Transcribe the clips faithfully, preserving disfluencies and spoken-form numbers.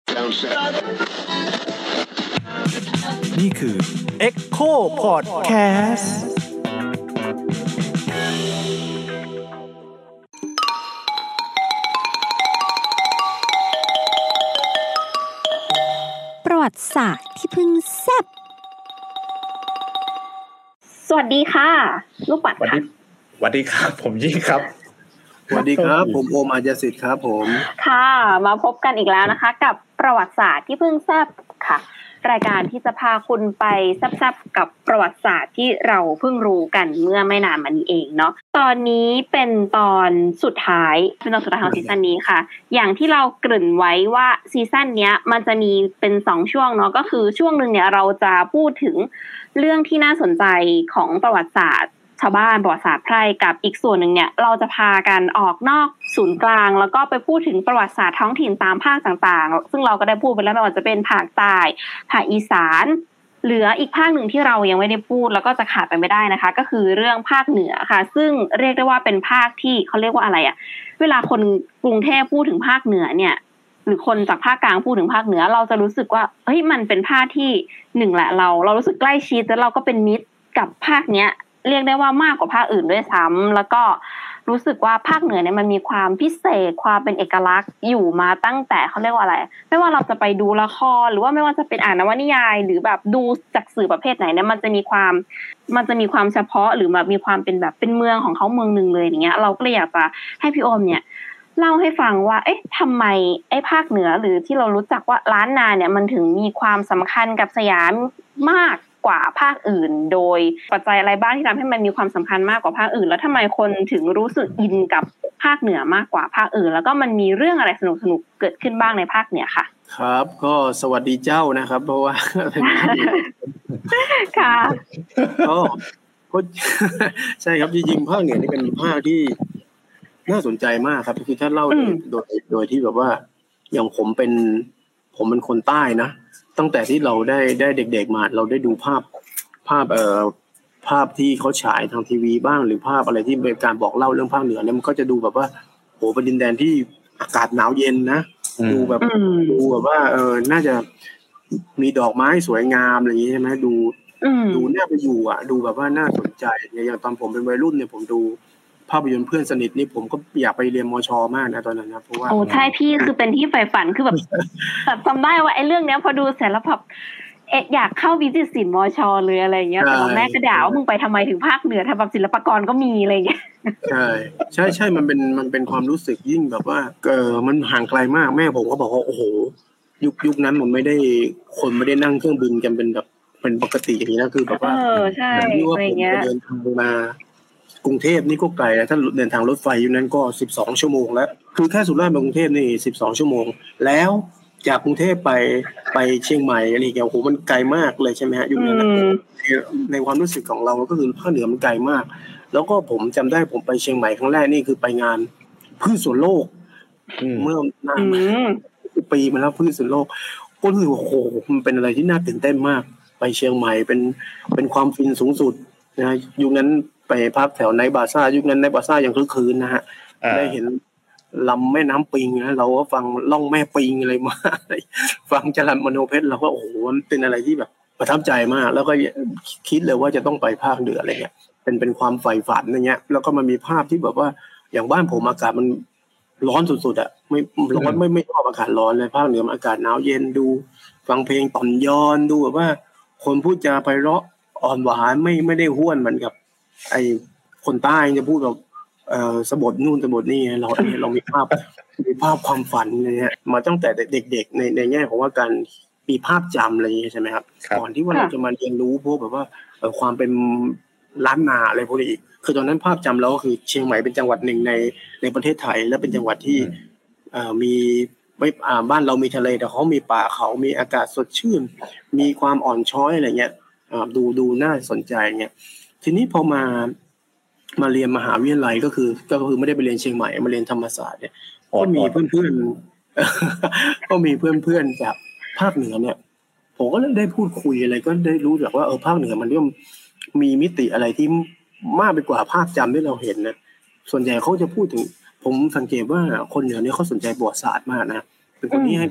นี่คือ Echo Podcast ประวัติศาสตร์ที่เพิ่งแซ่บสวัสดีค่ะลูกปัดค่ะสวัสดีครับผมยิ่งครับสวัสดีครับผมโอมอาญาสิทธิ์ครับผมค่ะมาพบกันอีกแล้วนะคะกับประวัติศาสตร์ที่เพิ่งแซ่บค่ะรายการที่จะพาคุณไปแซ่บๆกับประวัติศาสตร์ที่เราเพิ่งรู้กันเมื่อไม่นานมานี้เองเนาะตอนนี้เป็นตอนสุดท้ายเป็นตอนสุดท้ายของซีซั่นนี้ค่ะอย่างที่เราเกริ่นไว้ว่าซีซั่นเนี้ยมันจะมีเป็นสองช่วงเนาะก็คือช่วงนึงเนี่ยเราจะพูดถึงเรื่องที่น่าสนใจของประวัติศาสตร์ชาวบ้านประวัติศาสตร์ไพร่กับอีกส่วนหนึ่งเนี่ยเราจะพากันออกนอกศูนย์กลางแล้วก็ไปพูดถึงประวัติศาสตร์ท้องถิ่นตามภาคต่างๆซึ่งเราก็ได้พูดไปแล้วไม่ว่าจะเป็นภาคใต้ภาคอีสานเหลืออีกภาคหนึ่งที่เรายังไม่ได้พูดแล้วก็จะขาดไปไม่ได้นะคะก็คือเรื่องภาคเหนือค่ะซึ่งเรียกได้ว่าเป็นภาคที่เขาเรียกว่าอะไรอ่ะเวลาคนกรุงเทพพูดถึงภาคเหนือเนี่ยหรือคนจากภาคกลางพูดถึงภาคเหนือเราจะรู้สึกว่าเฮ้ยมันเป็นภาคที่หนึ่งแหละเราเรารู้สึกใกล้ชิดแล้วเราก็เป็นมิตรกับภาคเนี้ยเรียกได้ว่ามากกว่าภาคอื่นด้วยซ้ำแล้วก็รู้สึกว่าภาคเหนือเนี่ยมันมีความพิเศษความเป็นเอกลักษณ์อยู่มาตั้งแต่เขาเรียกว่าอะไรไม่ว่าเราจะไปดูละครหรือว่าไม่ว่าจะเป็นอ่านนวนิยายหรือแบบดูจากสื่อประเภทไหนเนี่ยมันจะมีความมันจะมีความเฉพาะหรือแบบมีความเป็นแบบเป็นเมืองของเขาเมืองนึงเลยอย่างเงี้ยเราก็เลยอยากจะให้พี่โอมเนี่ยเล่าให้ฟังว่าเอ๊ะทำไมไอ้ภาคเหนือหรือที่เรารู้จักว่าล้านนาเนี่ยมันถึงมีความสำคัญกับสยามมากกว่าภาคอื่นโดยปัจจัยอะไรบ้างที่ทำให้มันมีความสำคัญมากกว่าภาคอื่นแล้วทำไมคนถึงรู้สึกอินกับภาคเหนือมากกว่าภาคอื่นแล้วก็มันมีเรื่องอะไรสนุกๆเกิดขึ้นบ้างในภาคเหนือค่ะครับก็สวัสดีเจ้านะครับเพราะว่าเป็นภาคเหนือค่ะก็ก็ใช่ครับจริงๆภาคเหนือนี่เป็นภาคที่น่าสนใจมากครับคือถ้าเล่าโดยโดยที่แบบว่าอย่างผมเป็นผมเป็นคนใต้นะตั้งแต่ที่เราได้ได้เด็กๆมาเราได้ดูภาพภาพเอ่อภาพที่เขาฉายทางทีวีบ้างหรือภาพอะไรที่เป็นการบอกเล่าเรื่องภาคเหนือเนี่ยมันก็จะดูแบบว่าโหเป็นดินแดนที่อากาศหนาวเย็นนะดูแบบดูแบบว่าเออน่าจะมีดอกไม้สวยงามอะไรอย่างนี้ใช่ไหมดูดูน่าไปอยู่อ่ะดูแบบว่าน่าสนใจอย่างตอนผมเป็นวัยรุ่นเนี่ยผมดูภาพยนตร์เพื่อนสนิทนี่ผมก็อยากไปเรียนมช.มากนะตอนนั้นนะเพราะว่าโอ้ใช่พี่คือเป็นที่ใฝ่ฝันคือแบบแบบจำได้ว่าไอ้เรื่องเนี้ยพอดูเสร็จแล้วแบบเอ๊ะอยากเข้าวิจิตรศิลป์มช.เลยอะไรเงี้ยแต่แม่ก็ด่าว่ามึงไปทำไมถึงภาคเหนือทำแบบศิลปากรก็มีอะไรเงี้ยใช่ใช่ใช่มันเป็นมันเป็นความรู้สึกยิ่งแบบว่าเออมันห่างไกลมากแม่ผมก็บอกว่าโอ้โหยุคยุคนั้นมันไม่ได้คนไม่ได้นั่งเครื่องบินกันเป็นแบบเป็นปกติอย่างนี้นะคือแบบว่าเออใช่อะไรเงี้ยเดินทางมากรุงเทพนี่ก็ไกลแล้วถ้าเดินทางรถไฟอยู่นั้นก็สิบสองชั่วโมงแล้วคือแค่สุราษฎร์ไปกรุงเทพนี่สิบสองชั่วโมงแล้วจากกรุงเทพไปไปเชียงใหม่อะไรอย่างเงี้ยโอ้โหมันไกลมากเลยใช่ไหมฮะยุคนั้นในความรู้สึกของเราก็คือภาคเหนือมันไกลมากแล้วก็ผมจำได้ผมไปเชียงใหม่ครั้งแรกนี่คือไปงานพืชสวนโลกเมื่อนานปีมาแล้วพืชสวนโลกก็รู้สึกว่าโอ้โหมันเป็นอะไรที่น่าตื่นเต้นมากไปเชียงใหม่เป็นเป็นความฟินสูงสุดนะยุคนั้นไปพักแถวไนท์บาซ่ายุคนั้นไนท์บาซ่ายังคึกคืนนะฮะได้เห็นลำแม่น้ำปิงนะเราก็ฟังล่องแม่ปิงอะไรมาฟังจรัญมโนเพชรเราก็โอ้โหมันเป็นอะไรที่แบบประทับใจมากแล้วก็คิดเลยว่าจะต้องไปภาคเหนืออะไรเงี้ยเป็นเป็นความใฝ่ฝันอย่างเงี้ยแล้วก็มันมีภาพที่แบบว่าอย่างบ้านผมอากาศมันร้อนสุดๆอ่ะไม่ร้อนไม่ไม่ชอบอากาศร้อนเลยภาคเหนือมันอากาศหนาวเย็นดูฟังเพลงต่อนยอนดูแบบว่าคนพูดจาไพเราะอ่อนหวานไม่ไม่ได้ห้วนเหมือนกับไอ้คนใต้จะพูดแบบเอ่อสะบดนู่นสะบดนี่เราเรามีภาพมีภาพความฝันอะไรเงี้ยมาตั้งแต่เด็กๆในในแง่ของว่าการมีภาพจำอะไรอย่างเงี้ยใช่ไหมครับก่อนที่ว่าเราจะมาเรียนรู้พวกแบบว่าเอ่อความเป็นล้านนาอะไรพวกนี้อีกคือตอนนั้นภาพจำเราก็คือเชียงใหม่เป็นจังหวัดหนึ่งในในประเทศไทยและเป็นจังหวัดที่เอ่อมีไม่อ่าบ้านเรามีทะเลแต่เขามีป่าเขามีอากาศสดชื่นมีความอ่อนช้อยอะไรเงี้ยอ่าดูดูน่าสนใจเงี้ยทีนี้พอมามาเรียนมหาวิทยาลัยก็คือก็คือไม่ได้ไปเรียนเชียงใหม่มาเรียนธรรมศาสตร์เนี่ยก็มีเพื่อนๆก็มีเพื่อนๆจากภาคเหนือเนี่ยผมก็ได้พูดคุยอะไรก็ได้รู้จากว่าเออภาคเหนือมันก็มีมิติอะไรที่มากไปกว่าภาพจำที่เราเห็นนะส่วนใหญ่เขาจะพูดถึงผมสังเกตว่าคนเหนือเนี่ยเขาสนใจประวัติศาสตร์มากนะเป็นคนที่ให้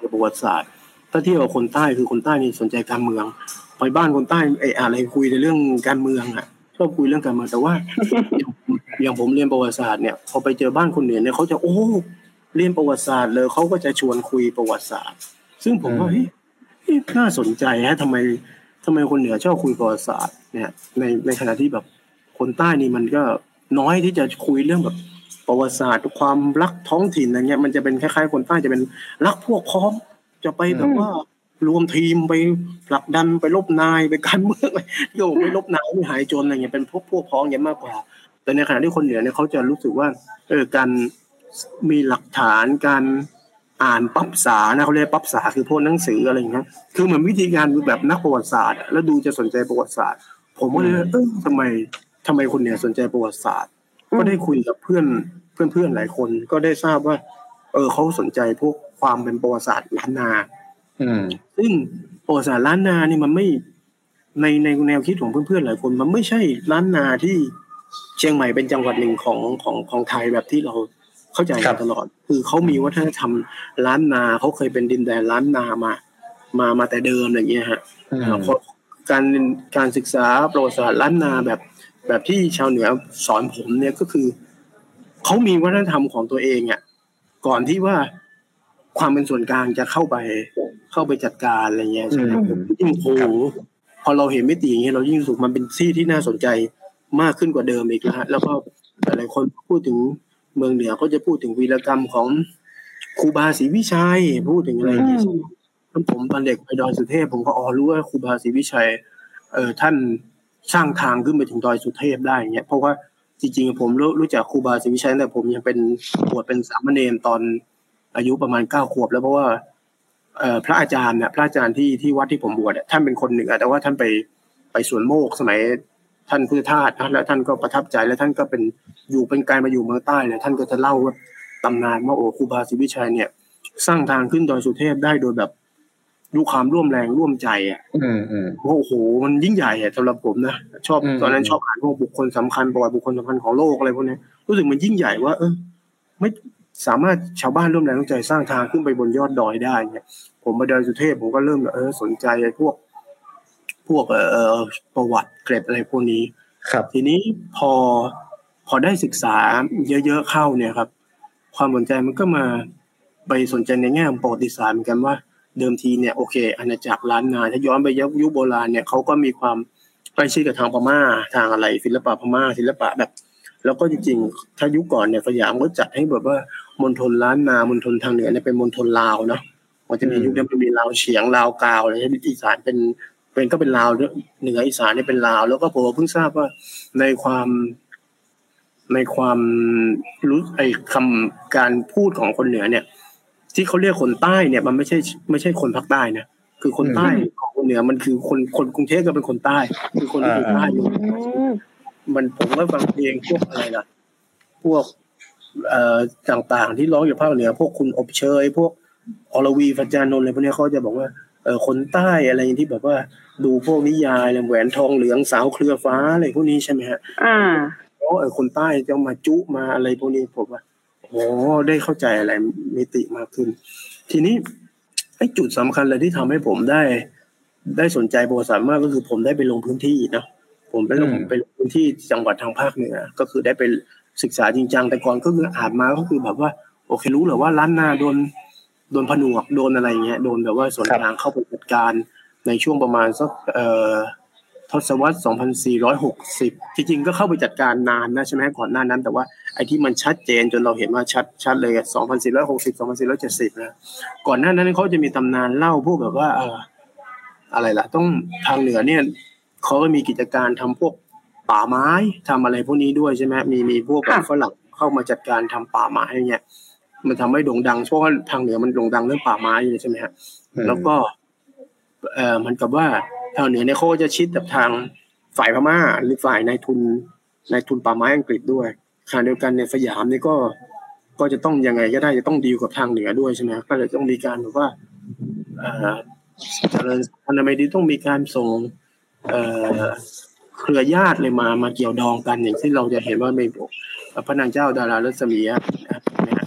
กับประวัติศาสตร์ถ้าเทียบกับคนใต้คือคนใต้นี่สนใจการเมืองไปบ้านคนใต้ไอ้อะไรคุยในเรื่องการเมืองอ่ะชอบคุยเรื่องการเมืองแต่ว่า อย่างผมเรียนประวัติศาสตร์เนี่ยพอไปเจอบ้านคนเหนือเนี่ยเขาจะโอ้เรียนประวัติศาสตร์เลยเขาก็จะชวนคุยประวัติศาสตร์ซึ่งผมว่าเฮ้ยน่าสนใจฮะทำไมทำไมคนเหนือชอบคุยประวัติศาสตร์เนี่ยในในขณะที่แบบคนใต้นี่มันก็น้อยที่จะคุยเรื่องแบบประวัติศาสตร์ความรักท้องถิ่นอะไรเงี้ยมันจะเป็นคล้ายๆคนใต้จะเป็นรักพวกพ้องจะไปแบบว่ารวมทีมไปผลักดันไปลบนายไปการเมืองที่ผมไม่ลบนายไม่หายจนอะไรเงี้ยเป็นพวกพวกพ้องเงี้ยมากกว่าแต่ในขณะที่คนเหนือเนี่ยเขาจะรู้สึกว่าเออการมีหลักฐานการอ่านปั๊บสานะเขาเรียกปั๊บสาคือพวกหนังสืออะไรอย่างเงี้ยคือเหมือนวิธีการแบบนักประวัติศาสตร์แล้วดูจะสนใจประวัติศาสตร์ผมก็เลยเออทำไมทำไมคนเหนือสนใจประวัติศาสตร์ก็ได้คุยกับเพื่อนเพื่อนเพื่อนหลายคนก็ได้ทราบว่าเออเขาสนใจพวกความเป็นประวัติศาสตร์ล้านนาซึ่งประวัติศาสตร์ล้านนานี่มันไม่ในในแนวคิดของเพื่อนๆหลายคนมันไม่ใช่ล้านนาที่เชียงใหม่เป็นจังหวัดหนึ่งของของของไทยแบบที่เราเข้าใจมาตลอดคือเขามีวัฒนธรรมล้านนาเขาเคยเป็นดินแดนล้านนามามามาแต่เดิมอย่างเงี้ยฮะการการศึกษาประวัติศาสตร์ล้านนาแบบแบบที่ชาวเหนือสอนผมเนี่ยก็คือเขามีวัฒนธรรมของตัวเองอ่ะก่อนที่ว่าความเป็นส่วนกลางจะเข้าไปเข้าไปจัดการอะไรเงี้ยใช่ไหมผมยิ่งโหพอเราเห็นมิติอย่างเงี้ยเรายิ่งรู้สึกมันเป็นที่ที่น่าสนใจมากขึ้นกว่าเดิมอีกแล้วฮะแล้วก็หลายคนพูดถึงเมืองเหนือก็จะพูดถึงวีรกรรมของครูบาศรีวิชัยพูดถึงอะไรอย่างเงี้ยผมตอนเด็กไปดอยสุเทพผมก็อ๋อรู้ว่าครูบาศรีวิชัยเออท่านสร้างทางขึ้นไปถึงดอยสุเทพได้อย่างเงี้ยเพราะว่าจริงๆผมรู้รู้จักครูบาศรีวิชัยแต่ผมยังเป็นบวชเป็นสามเณรตอนอายุประมาณเก้าขวบแล้วเพราะว่าเอ่อพระอาจารย์เนี่ยพระอาจารย์ที่ที่วัดที่ผมบวชท่านเป็นคนเหนือแต่ว่าท่านไปไปสวนโมกสมัยท่านพุทธทาสนะแล้วท่านก็ประทับใจแล้วท่านก็เป็นอยู่เป็นการมาอยู่เมืองใต้เนี่ยท่านก็จะเล่าว่าตำนานว่าโอ้ครูบาศรีวิชัยเนี่ยสร้างทางขึ้นดอยสุเทพได้โดยแบบดูความร่วมแรงร่วมใจอ่ะโอ้โหมันยิ่งใหญ่อ่ะสำหรับผมนะชอบตอนนั้นชอบอ่านพวกบุคคลสำคัญประวัติบุคคลสำคัญของโลกอะไรพวกนี้รู้สึกมันยิ่งใหญ่ว่าเออไม่สามารถชาวบ้านร่วมแรงร่วมใจสร้างทางขึ้นไปบนยอดดอยได้เนี่ยผมมาดอยสุเทพผมก็เริ่มเออสนใจพวกพวกเอ่อประวัติเกร็ดอะไรพวกนี้ครับทีนี้พอพอได้ศึกษาเยอะๆเข้าเนี่ยครับความสนใจมันก็มาไปสนใจในแง่ของประวัติศาสตร์เหมือนกันว่าเดิมทีเนี่ยโอเคอาณาจักรล้านนาถ้าย้อนไปยุคโบราณเนี่ยเขาก็มีความใกล้ชิดกับทางพม่าทางอะไรศิลปะพม่าศิลปะแบบแล้วก็จริงๆถ้ายุคก่อนเนี่ยสยามก็จัดให้แบบว่ามณฑลล้านนามณฑลทางเหนือเนี่ยเป็นมณฑลลาวเนาะมันจะมียุคนั้นมีลาวเฉียงลาวกาวอะไรอีสานเป็นเป็นก็เป็นลาวเหนืออีสานเนี่ยเป็นลาวแล้วก็ผมเพิ่งทราบว่าในความในความรู้ไอ้คำการพูดของคนเหนือเนี่ยที่เขาเรียกคนใต้เนี่ยมันไม่ใช่ไม่ใช่คนภาคใต้นะคือคนใต้ของคนเหนือมันคือคนคนกรุงเทพก็เป็นคนใต้คือคนที่อยู่ใต้อยู่มันผมก็ฟังเพลงพวกอะไรล่ะพวกเอ่อต่างๆที่ร้องอยู่ภาคเหนือพวกคุณอบเชยพวกอรวีฟัจจานนท์อะไรพวกนี้เขาจะบอกว่าเออคนใต้อะไรอย่างที่แบบว่าดูพวกนิยายแหวนทองเหลืองสาวเครือฟ้าอะไรพวกนี้ใช่ไหมฮะอ่าแล้วเออคนใต้จะมาจุมาอะไรพวกนี้ผมว่าโอ้ได้เข้าใจอะไรมิติมากขึ้นทีนี้ไอ้จุดสำคัญเลยที่ทำให้ผมได้ได้สนใจประวัติศาสตร์มากก็คือผมได้ไปลงพื้นที่นะผมไปลงไปลงพื้นที่จังหวัดทางภาคเหนือก็คือได้ไปศึกษาจริงจังแต่ก่อนก็คืออ่านมาก็คือแบบว่าโอเครู้แหละว่าล้านนาโดนโดนผนวกโดนอะไรเงี้ยโดนแบบว่าส่วนกลางเข้าไปจัดการในช่วงประมาณสักเอ่อทศวรรษสองพันสี่ร้อยหกสิบจริงๆก็เข้าไปจัดการนานนะใช่ไหมก่อนหน้านั้นแต่ว่าไอ้ที่มันชัดเจนจนเราเห็นว่าชัดชัดเลยสองพันสี่ร้อยหกสิบ สองพันสี่ร้อยเจ็ดสิบนะก่อนหน้านั้นเขาจะมีตำนานเล่าพวกแบบว่าเอ่ออะไรล่ะต้องทางเหนือเนี่ยเขาก็มีกิจการทำพวกป่าไม้ทำอะไรพวกนี้ด้วยใช่ไหมมีมีพวกแบบฝรั่งเข้ามาจัดการทำป่าไม้เนี่ยมันทำให้โด่งดังเพราะว่าทางเหนือมันโด่งดังเรื่องป่าไม้อยู่ใช่ไหมฮะแล้วก็เอ่อมันกับว่าทางเหนือเนี่ยเขาจะชิดกับทางฝ่ายพม่าหรือฝ่ายนายทุนนายทุนป่าไม้อังกฤษด้วยขณะเดียวกันในสยามนี่ก็ก็จะต้องยังไงก็ได้จะต้องดีลกับทางเหนือด้วยใช่ไหมก็เลยต้องมีการแบบว่าเอ่อเจริญพันธมิตรต้องมีการส่งเอ่อเครือญาติเลยมามาเกี่ยวดองกันอย่างที่เราจะเห็นว่าในพระนางเจ้าดารารัศมีนะ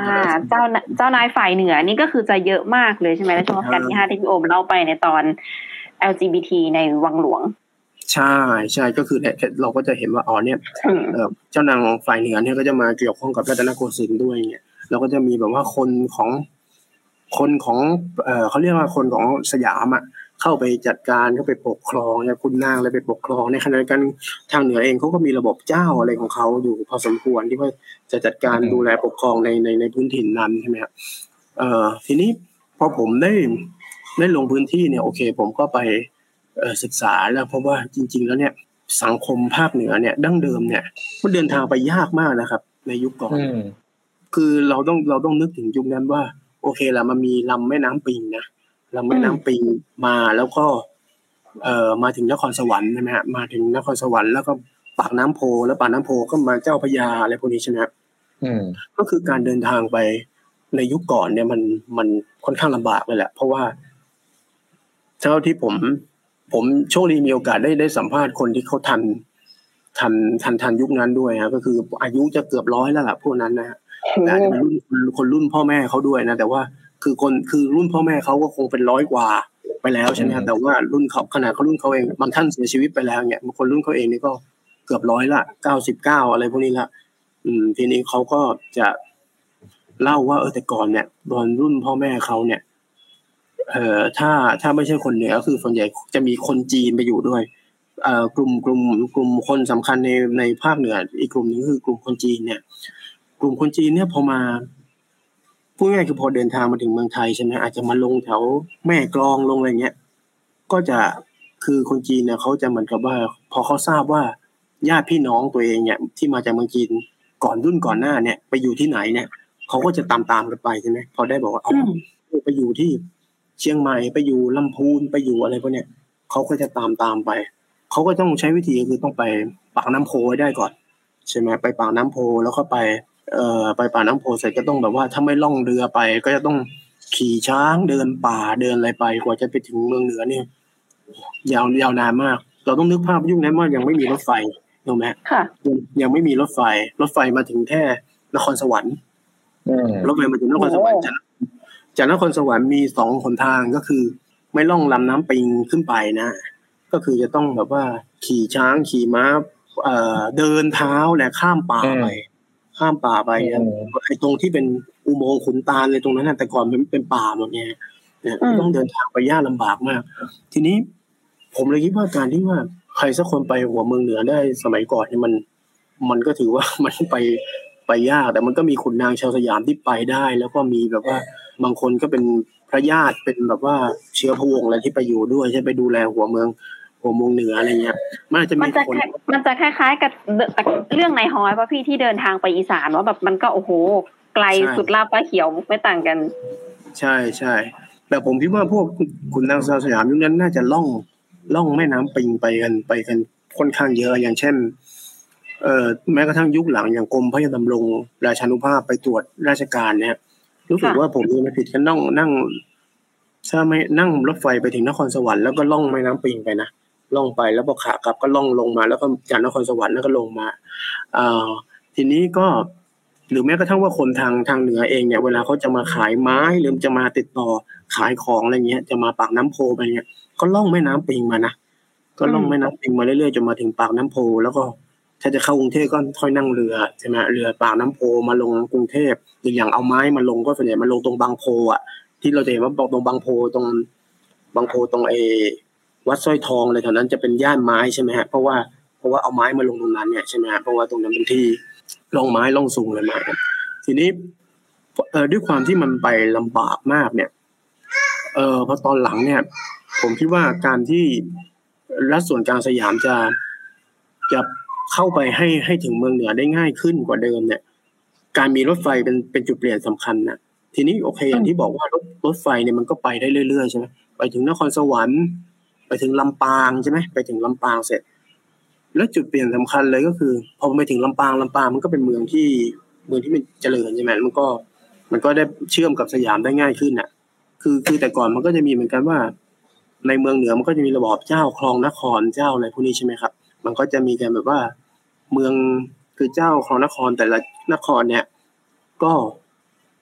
เจ้าเจ้านายฝ่ายเหนือนี่ก็คือจะเยอะมากเลยใช่ไหมในช่วงรัชกาลที่ห้าที่พี่โอมเล่าไปในตอน แอล จี บี ที ในวังหลวงใช่ใช่ก็คือเนี่ยเราก็จะเห็นว่าอ๋อเนี่ยเจ้านางฝ่ายเหนือเนี่ยก็จะมาเกี่ยวข้องกับรัตนโกสินทร์ด้วยเนี่ยเราก็จะมีแบบว่าคนของคนของเอ่อเขาเรียกว่าคนของสยามอ่ะเข้าไปจัดการเข้าไปปกครองเนี่ยคุณนางเลยไปปกครองในขณะเดียวกันทางเหนือเองเขาก็มีระบบเจ้าอะไรของเขาอยู่พอสมควรที่ว่าจะจัดการดูแลปกครองในในในพื้นถิ่นนั้นใช่ไหมครับเอ่อทีนี้พอผมได้ได้ลงพื้นที่เนี่ยโอเคผมก็ไปเอ่อศึกษาแล้วเพราะว่าจริงๆแล้วเนี่ยสังคมภาคเหนือเนี่ยดั้งเดิมเนี่ยมันเดินทางไปยากมากนะครับในยุคก่อนคือเราต้องเราต้องนึกถึงยุคนั้นว่าโอเคละมันมีลำแม่น้ำปิงนะลำแม่น้ำปิงมาแล้วก็เอ่อมาถึงนครสวรรค์ใช่ไหมฮะมาถึงนครสวรรค์แล้วก็ปากน้ำโพแล้วปากน้ำโพก็มาเจ้าพระยาอะไรพวกนี้ใช่ไหมครับก็คือการเดินทางไปในยุคก่อนเนี่ยมันมันค่อนข้างลำบากเลยแหละเพราะว่าเท่าที่ผมผมโชคดีมีโอกาสได้ได้สัมภาษณ์คนที่เขาทันทันทันทันยุคนั้นด้วยฮะก็คืออายุจะเกือบร้อยแล้วล่ะพวกนั้นนะฮะแต่อาจจะเป็นรุ่นคนรุ่นพ่อแม่เขาด้วยนะแต่ว่าคือคนคือรุ่นพ่อแม่เขาก็คงเป็นร้อยกว่าไปแล้วใช่ไหมครับแต่ว่ารุ่นเขาขนาดเขารุ่นเขาเองบางท่านเสียชีวิตไปแล้วเนี่ยบางคนรุ่นเขาเองนี่ก็เกือบร้อยละเก้าสิบเก้าอะไรพวกนี้ละอืมทีนี้เขาก็จะเล่าว่าเออแต่ก่อนเนี่ยตอนรุ่นพ่อแม่เขาเนี่ยเอ่อถ้าถ้าไม่ใช่คนเหนือก็คือส่วนใหญ่จะมีคนจีนไปอยู่ด้วยเอ่อกลุ่มกลุ่มกลุ่มคนสำคัญในในภาคเหนืออีกกลุ่มนึงคือกลุ่มคนจีนเนี่ยกลุ่มคนจีนเนี่ยพอมาพูดง่ายคือพอเดินทางมาถึงเมืองไทยใช่ไหมอาจจะมาลงแถวแม่กลองลงอะไรเงี้ยก็จะคือคนจีนเนี่ยเขาจะเหมือนกับว่าพอเขาทราบว่าญาติพี่น้องตัวเองเนี่ยที่มาจากเมืองจีนก่อนรุ่นก่อนหน้าเนี่ยไปอยู่ที่ไหนเนี่ยเขาก็จะตามตามกันไปใช่ไหมพอได้บอกว่าอ๋อไปอยู่ที่เชียงใหม่ไปอยู่ลำพูนไปอยู่อะไรพวกเนี้ยเขาก็จะตามตามไปเขาก็ต้องใช้วิธีคือต้องไปปากน้ำโพไว้ได้ก่อนใช่ไหมไปปากน้ำโพแล้วก็ไปเอ่อไปป่าน้ำโพเสร็จก็ต้องแบบว่าถ้าไม่ล่องเรือไปก็จะต้องขี่ช้างเดินป่าเดินอะไรไปกว่าจะไปถึงเมืองเหนือเนี่ยยาวยาวนานมากเราต้องนึกภาพยุคนั้นว่ายังไม่มีรถไฟถูกไหมค่ะยังยังไม่มีรถไฟรถไฟมาถึงแค่นครสวรรค์รถไฟมาถึงนครสวรรค์จากจากนครสวรรค์มีสองหนทางก็คือไม่ล่องลำน้ำปิงขึ้นไปนะก็คือจะต้องแบบว่าขี่ช้างขี่ม้าเอ่อเดินเท้าและข้ามป่าไปข้ามป่าไปไอ้ตรงที่เป็นอุโมงค์ขุนตาลเลยตรงนั้นแต่ก่อนมันเป็นป่าหมดเนี่ยต้องเดินทางไปยากลำบากมากทีนี้ผมเลยคิดว่าการที่ว่าใครสักคนไปหัวเมืองเหนือได้สมัยก่อนเนี่ยมันมันก็ถือว่ามันไปไปยากแต่มันก็มีขุนนางชาวสยามที่ไปได้แล้วก็มีแบบว่าบางคนก็เป็นพระญาติเป็นแบบว่าเชื้อพระวงศ์อะไรที่ไปอยู่ด้วยใช่ไปดูแลหัวเมืองหัวเมืองเหนืออะไรเงี้ยมันอาจจะมีคนมันจะคล้ายๆกับเรื่องนายฮอยป่ะพี่ที่เดินทางไปอีสานว่าแบบมันก็โอ้โหไกลสุดลาบป้าเขียวไม่ต่างกันใช่ใช่แต่ผมคิดว่าพวกขุนนางชาวสยามยุคนั้นน่าจะล่องล่องแม่น้ำปิงไปกันไปกันค่อนข้างเยอะอย่างเช่นเอ่อแม้กระทั่งยุคหลังอย่างกรมพระยาดำรงราชานุภาพไปตรวจราชการเนี่ยรู้สึกว่าผมไม่ผิดกันนั่งนั่งถ้าไม่นั่งรถไฟไปถึงนครสวรรค์แล้วก็ล่องแม่น้ำปิงไปนะล่องไปแล้วพอขากลับก็ล่องลงมาแล้วก็จากนครสวรรค์แล้วก็ลงมาอ่าทีนี้ก็หรือแม้กระทั่งว่าคนทางทางเหนือเองเนี่ยเวลาเขาจะมาขายไม้หรือจะมาติดต่อขายของอะไรเงี้ยจะมาปากน้ำโพไปเงี้ยก็ล่องแม่น้ำปิงมานะก็ล่องแม่น้ำปิงมาเรื่อยๆจนมาถึงปากน้ำโพแล้วก็ถ้าจะเข้ากรุงเทพก็ค่อยนั่งเรือใช่ไหมเรือปากน้ำโพมาลงกรุงเทพหรืออย่างเอาไม้มาลงก็ส่วนใหญ่มาลงตรงบางโพอ่ะที่เราจะเห็นว่าตรงบางโพตรงบางโพตรงเอวัดสร้อยทองอะไรแถวนั้นจะเป็นย่านไม้ใช่ไหมฮะเพราะว่าเพราะว่าเอาไม้มาลงตรงนั้นเนี่ยใช่ไหมฮะเพราะว่าตรงนั้นเป็นที่ลงไม้ลงสูงเลยมาทีนี้เอ่อด้วยความที่มันไปลำบากมากเนี่ยเอ่อพอตอนหลังเนี่ยผมคิดว่าการที่รัฐส่วนกลางสยามจะจะเข้าไปให้ให้ถึงเมืองเหนือได้ง่ายขึ้นกว่าเดิมเนี่ยการมีรถไฟเป็นเป็นจุดเปลี่ยนสำคัญนะทีนี้โอเคอย่างที่บอกว่ารถรถไฟเนี่ยมันก็ไปได้เรื่อยๆใช่ไหมไปถึงนครสวรรค์ไปถึงลำปางใช่ไหมไปถึงลำปางเสร็จแล้วจุดเปลี่ยนสำคัญเลยก็คือพอไปถึงลำปางลำปางมันก็เป็นเมืองที่เมืองที่มันเจริญใช่ไหมมันก็มันก็ได้เชื่อมกับสยามได้ง่ายขึ้นอ่ะคือคือแต่ก่อนมันก็จะมีเหมือนกันว่าในเมืองเหนือมันก็จะมีระบอบเจ้าครองนครเจ้าอะไรพวกนี้ใช่ไหมครับมันก็จะมีการแบบว่าเมืองคือเจ้าครองนครแต่ละนครเนี่ยก็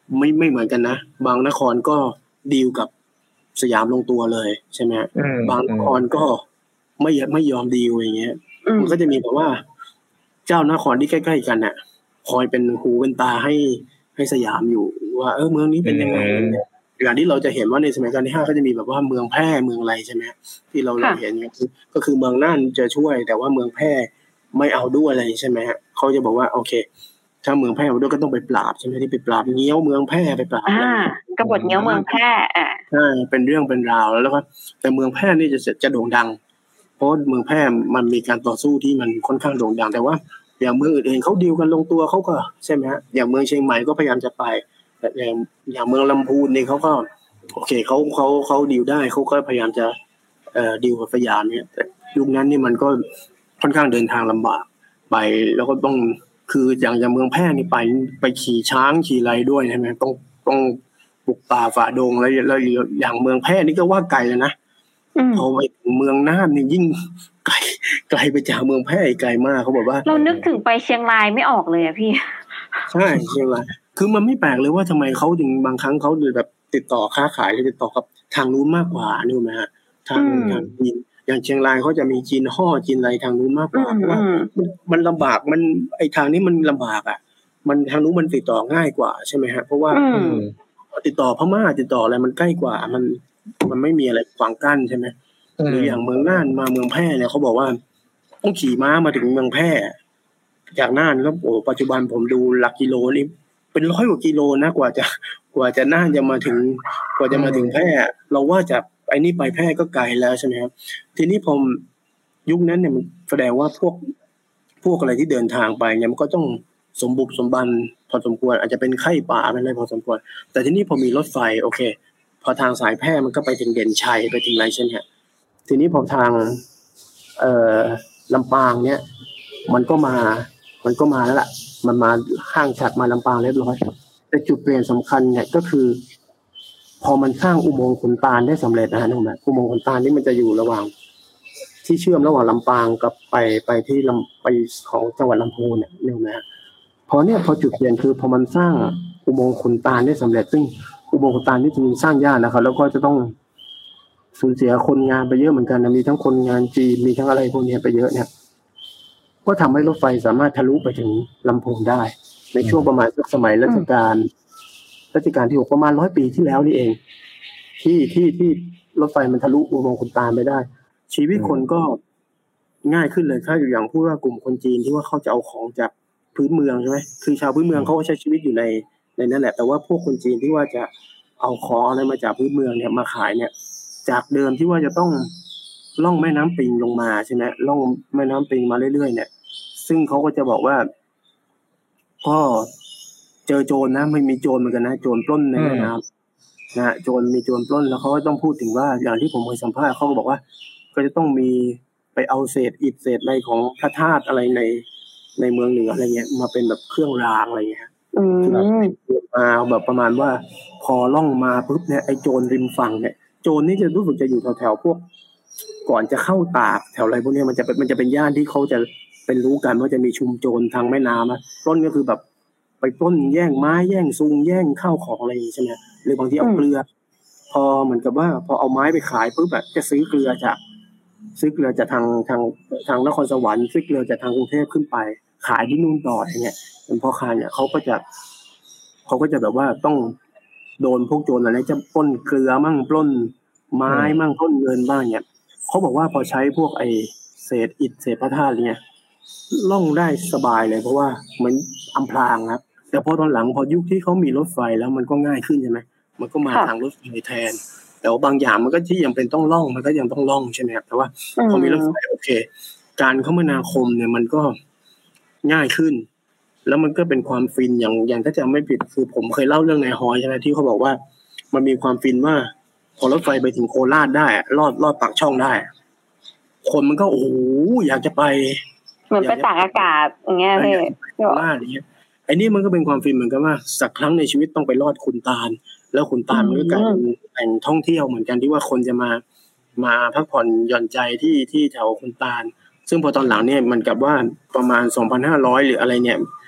ไม่ไม่เหมือนกันนะบางนครก็ดีลกับสยามลงตัวเลยใช่ไหมบางนครก็ไม่ไม่ยอมดีลอย่างเงี้ยมันก็จะมีแบบว่าเจ้านครที่ใกล้ๆกันน่ะคอยเป็นหูเป็นตาให้ให้สยามอยู่ว่าเออเมืองนี้เป็นยังไงอย่างที่เราจะเห็นว่าในสมัยรัชกาลที่ห้าก็จะมีแบบว่าเมืองแพร่เมืองอะไรใช่ไหมที่เราเราเห็นก็คือเมืองน่านจะช่วยแต่ว่าเมืองแพร่ไม่เอาด้วยอะไรใช่ไหมฮะเขาจะบอกว่าโอเคถ้าเมืองแพร่มาด้วยก็ต้องไปปราบใช่ไหมที่ไปปราบเงี้ยวเมืองแพร่ไปปราบอ่ากบฏเงี้ยวเมืองแพร่อ่าใช่เป็นเรื่องเป็นราวแล้วก็แต่เมืองแพร่นี่จะจะโด่งดังเพราะเมืองแพร่มันมีการต่อสู้ที่มันค่อนข้างโด่งดังแต่ว่าอย่างเมืองอื่นๆเขาดีลกันลงตัวเขาก็ใช่ไหมฮะอย่างเมืองเชียงใหม่ก็พยายามจะไปแต่อย่างอย่างเมืองลำพูนนี่เขาก็โอเคเขาเขาเขาดีลได้เขาก็พยายามจะเอ่อดีลกับสยามเนี่ยแต่ยุคนั้นนี่มันก็ค่อนข้างเดินทางลำบากไปแล้วก็ต้องคืออย่างอย่างเมืองแพร่นี่ไปไปขี่ช้างขี่ไรด้วยใช่ไหมต้องต้องบุกป่าฝ่าดงแล้วแล้วอย่างเมืองแพร่นี่ก็ว่าไกลเลยนะพอไปถึงเมืองน่านนี่ยิ่งไกลไกลไปจากเมืองแพร่ไกลมากเขาบอกว่าเรานึกถึงไปเชียงรายไม่ออกเลยอะพี่ใช่เชียงรายคือมันไม่แปลกเลยว่าทำไมเขาถึงบางครั้งเขาแบบติดต่อค้าขายหรือติดต่อกับทางนู้นมากกว่านี่ไหมฮะทางทางจีนอย่างเชียงรายเขาจะมีจีนห่อจีนอะไรทางนู้นมากกว่าเพราะว่ามันลำบากมันไอทางนี้มันลำบากอ่ะมันทางนู้นมันติดต่อง่ายกว่าใช่ไหมฮะเพราะว่าติดต่อพม่าติดต่ออะไรมันใกล้กว่ามันมันไม่มีอะไรขวางกั้นใช่ไหมหรืออย่างเมืองน่านมาเมืองแพร่เนี่ยเขาบอกว่าต้องขี่ม้ามาถึงเมืองแพร่จากน่านแล้วโอ้ปัจจุบันผมดูหลักกิโลนี่เป็นร้อยกว่ากิโลนะกว่าจะกว่าจะน่านจะมาถึงกว่าจะมาถึงแพร่เราว่าจะไอ้นี่ไปแพร่ก็ไกลแล้วใช่ไหมครับทีนี้ผมยุคนั้นเนี่ยมันแสดงว่าพวกพวกอะไรที่เดินทางไปเนี่ยมันก็ต้องสมบุกสมบันพอสมควรอาจจะเป็นไข้ป่าอะไรพอสมควรแต่ทีนี้พอมีรถไฟโอเคพอทางสายแพร่มันก็ไปถึงเด่นชัยไปถึงไรใช่ไหมฮะทีนี้พอทางเอ่อลำปางเนี่ยมันก็มามันก็มาแล้วล่ะมันมาข้างฉัดมาลำปางเรียบร้อยแต่จุดเปลี่ยนสำคัญเนี่ยก็คือพอมันสร้างอุโมงค์ขุนตาลได้สำเร็จนะฮะน้องแบบอุโมงค์ขุนตาลนี่มันจะอยู่ระหว่างที่เชื่อมระหว่างลำปางกับไปไปที่ลำไปของจังหวัดลำพูนเนี่ยนึกไหมฮะพอเนี่ยพอจุดเปลี่ยนคือพอมันสร้างอุโมงค์ขุนตาลได้สำเร็จซึ่งอุโมงค์ขุนตาลนี่จริงๆสร้างยากนะครับแล้วก็จะต้องสูญเสียคนงานไปเยอะเหมือนกันนะมีทั้งคนงานจีนมีทั้งอะไรพวกนี้ไปเยอะเนี่ยก็ทำให้รถไฟสามารถทะลุไปถึงลำพูนได้ในช่วงประมาณสักสมัยรัชกาลรัชกาลที่หกประมาณร้อยปีที่แล้วนี่เองที่ที่ที่รถไฟมันทะลุอุโมงค์ขุนตาลไปได้ชีวิตคนก็ง่ายขึ้นเลยถ้าอยู่อย่างพูดว่ากลุ่มคนจีนที่ว่าเขาจะเอาของจากพื้นเมืองใช่ไหมคือชาวพื้นเมืองเขาก็ใช้ชีวิตอยู่ในในนั่นแหละแต่ว่าพวกคนจีนที่ว่าจะเอาของอะไรมาจากพื้นเมืองเนี่ยมาขายเนี่ยจากเดิมที่ว่าจะต้องล่องแม่น้ำปิงลงมาใช่ไหมล่องแม่น้ำปิงมาเรื่อยๆเนี่ยซึ่งเขาก็จะบอกว่าก็เจอโจรนะไม่มีโจรเหมือนกันนะโจรปล้นในแม่น้ำนะโจรมีโจรปล้นแล้วเขาก็ต้องพูดถึงว่าอย่างที่ผมเคยสัมภาษณ์เขาก็บอกว่าก็จะต้องมีไปเอาเศษอิฐเศษอะไรของพระธาตุอะไรในในเมืองเหนืออะไรเงี้ยมาเป็นแบบเครื่องรางอะไรเงี้ยคือแบบมาแบบประมาณว่าพอล่องมาปุ๊บเนี่ยไอ้โจรริมฝั่งเนี่ยโจรนี่จะรู้สึกจะอยู่แถวๆพวกก่อนจะเข้าตากแถวอะไรพวกนี้มันจะเป็นมันจะเป็นย่านที่เขาจะเป็นรู้กันว่าจะมีชุมโจรทางแม่น้ำนะปล้นก็คือแบบไปปล้นแย่งไม้แย่งซุงแย่งข้าวของอะไรใช่ไหมหรือบางทีเอาเกลือพอเหมือนกับว่าพอเอาไม้ไปขายปุ๊บแบบจะซื้อเกลือจากซื้อเกลือจากทางทางทางนครสวรรค์ซื้อเกลือจากทางกรุงเทพขึ้นไปขายที่นู่นต่ออย่างเงี้ยเป็นพ่อค้าเนี่ยเขาก็จะเขาก็จะแบบว่าต้องโดนพวกโจรอะไรจะปล้นเกลือมั่งปล้นไม้มั่งปล้นเงินบ้างเนี่ยเขาบอกว่าพอใช้พวกไอเศษอิฐเศษพระธาตุเนี่ยล่องได้สบายเลยเพราะว่าเหมือนอำพรางครับแต่พอตอนหลังพอยุคที่เขามีรถไฟแล้วมันก็ง่ายขึ้นใช่ไหมมันก็มาทางรถไฟแทนแต่ว่าบางอย่างมันก็ที่ยังเป็นต้องล่องมันก็ยังต้องล่องใช่ไหมครับแต่ว่าพอมีรถไฟโอเคการคมนาคมเนี่ยมันก็ง่ายขึ้นแล้วมันก็เป็นความฟินอย่างอย่างถ้าจำไม่ผิดคือผมเคยเล่าเรื่องนายฮอยใช่ไหมที่เขาบอกว่ามันมีความฟินว่าพอรถไฟไปถึงโคราชได้ลอดลอดปากช่องได้คนมันก็โอ้โหอยากจะไปเหมือนไปตากอากาศอย่างเงี้ยเลยโคราชอย่างเงี้ยไอ้นี่มันก็เป็นความฟินเหมือนกันว่าสักครั้งในชีวิตต้องไปลอดขุนตาลแล้วขุนตาลมันก็กลายเป็นแหล่งท่องเที่ยวเหมือนกันที่ว่าคนจะมามาพักผ่อนหย่อนใจที่ที่แถวขุนตาลซึ่งพอตอนหลังเนี่ยมันกับว่าประมาณสองพันห้าร้อยหรืออะไรเนี่ย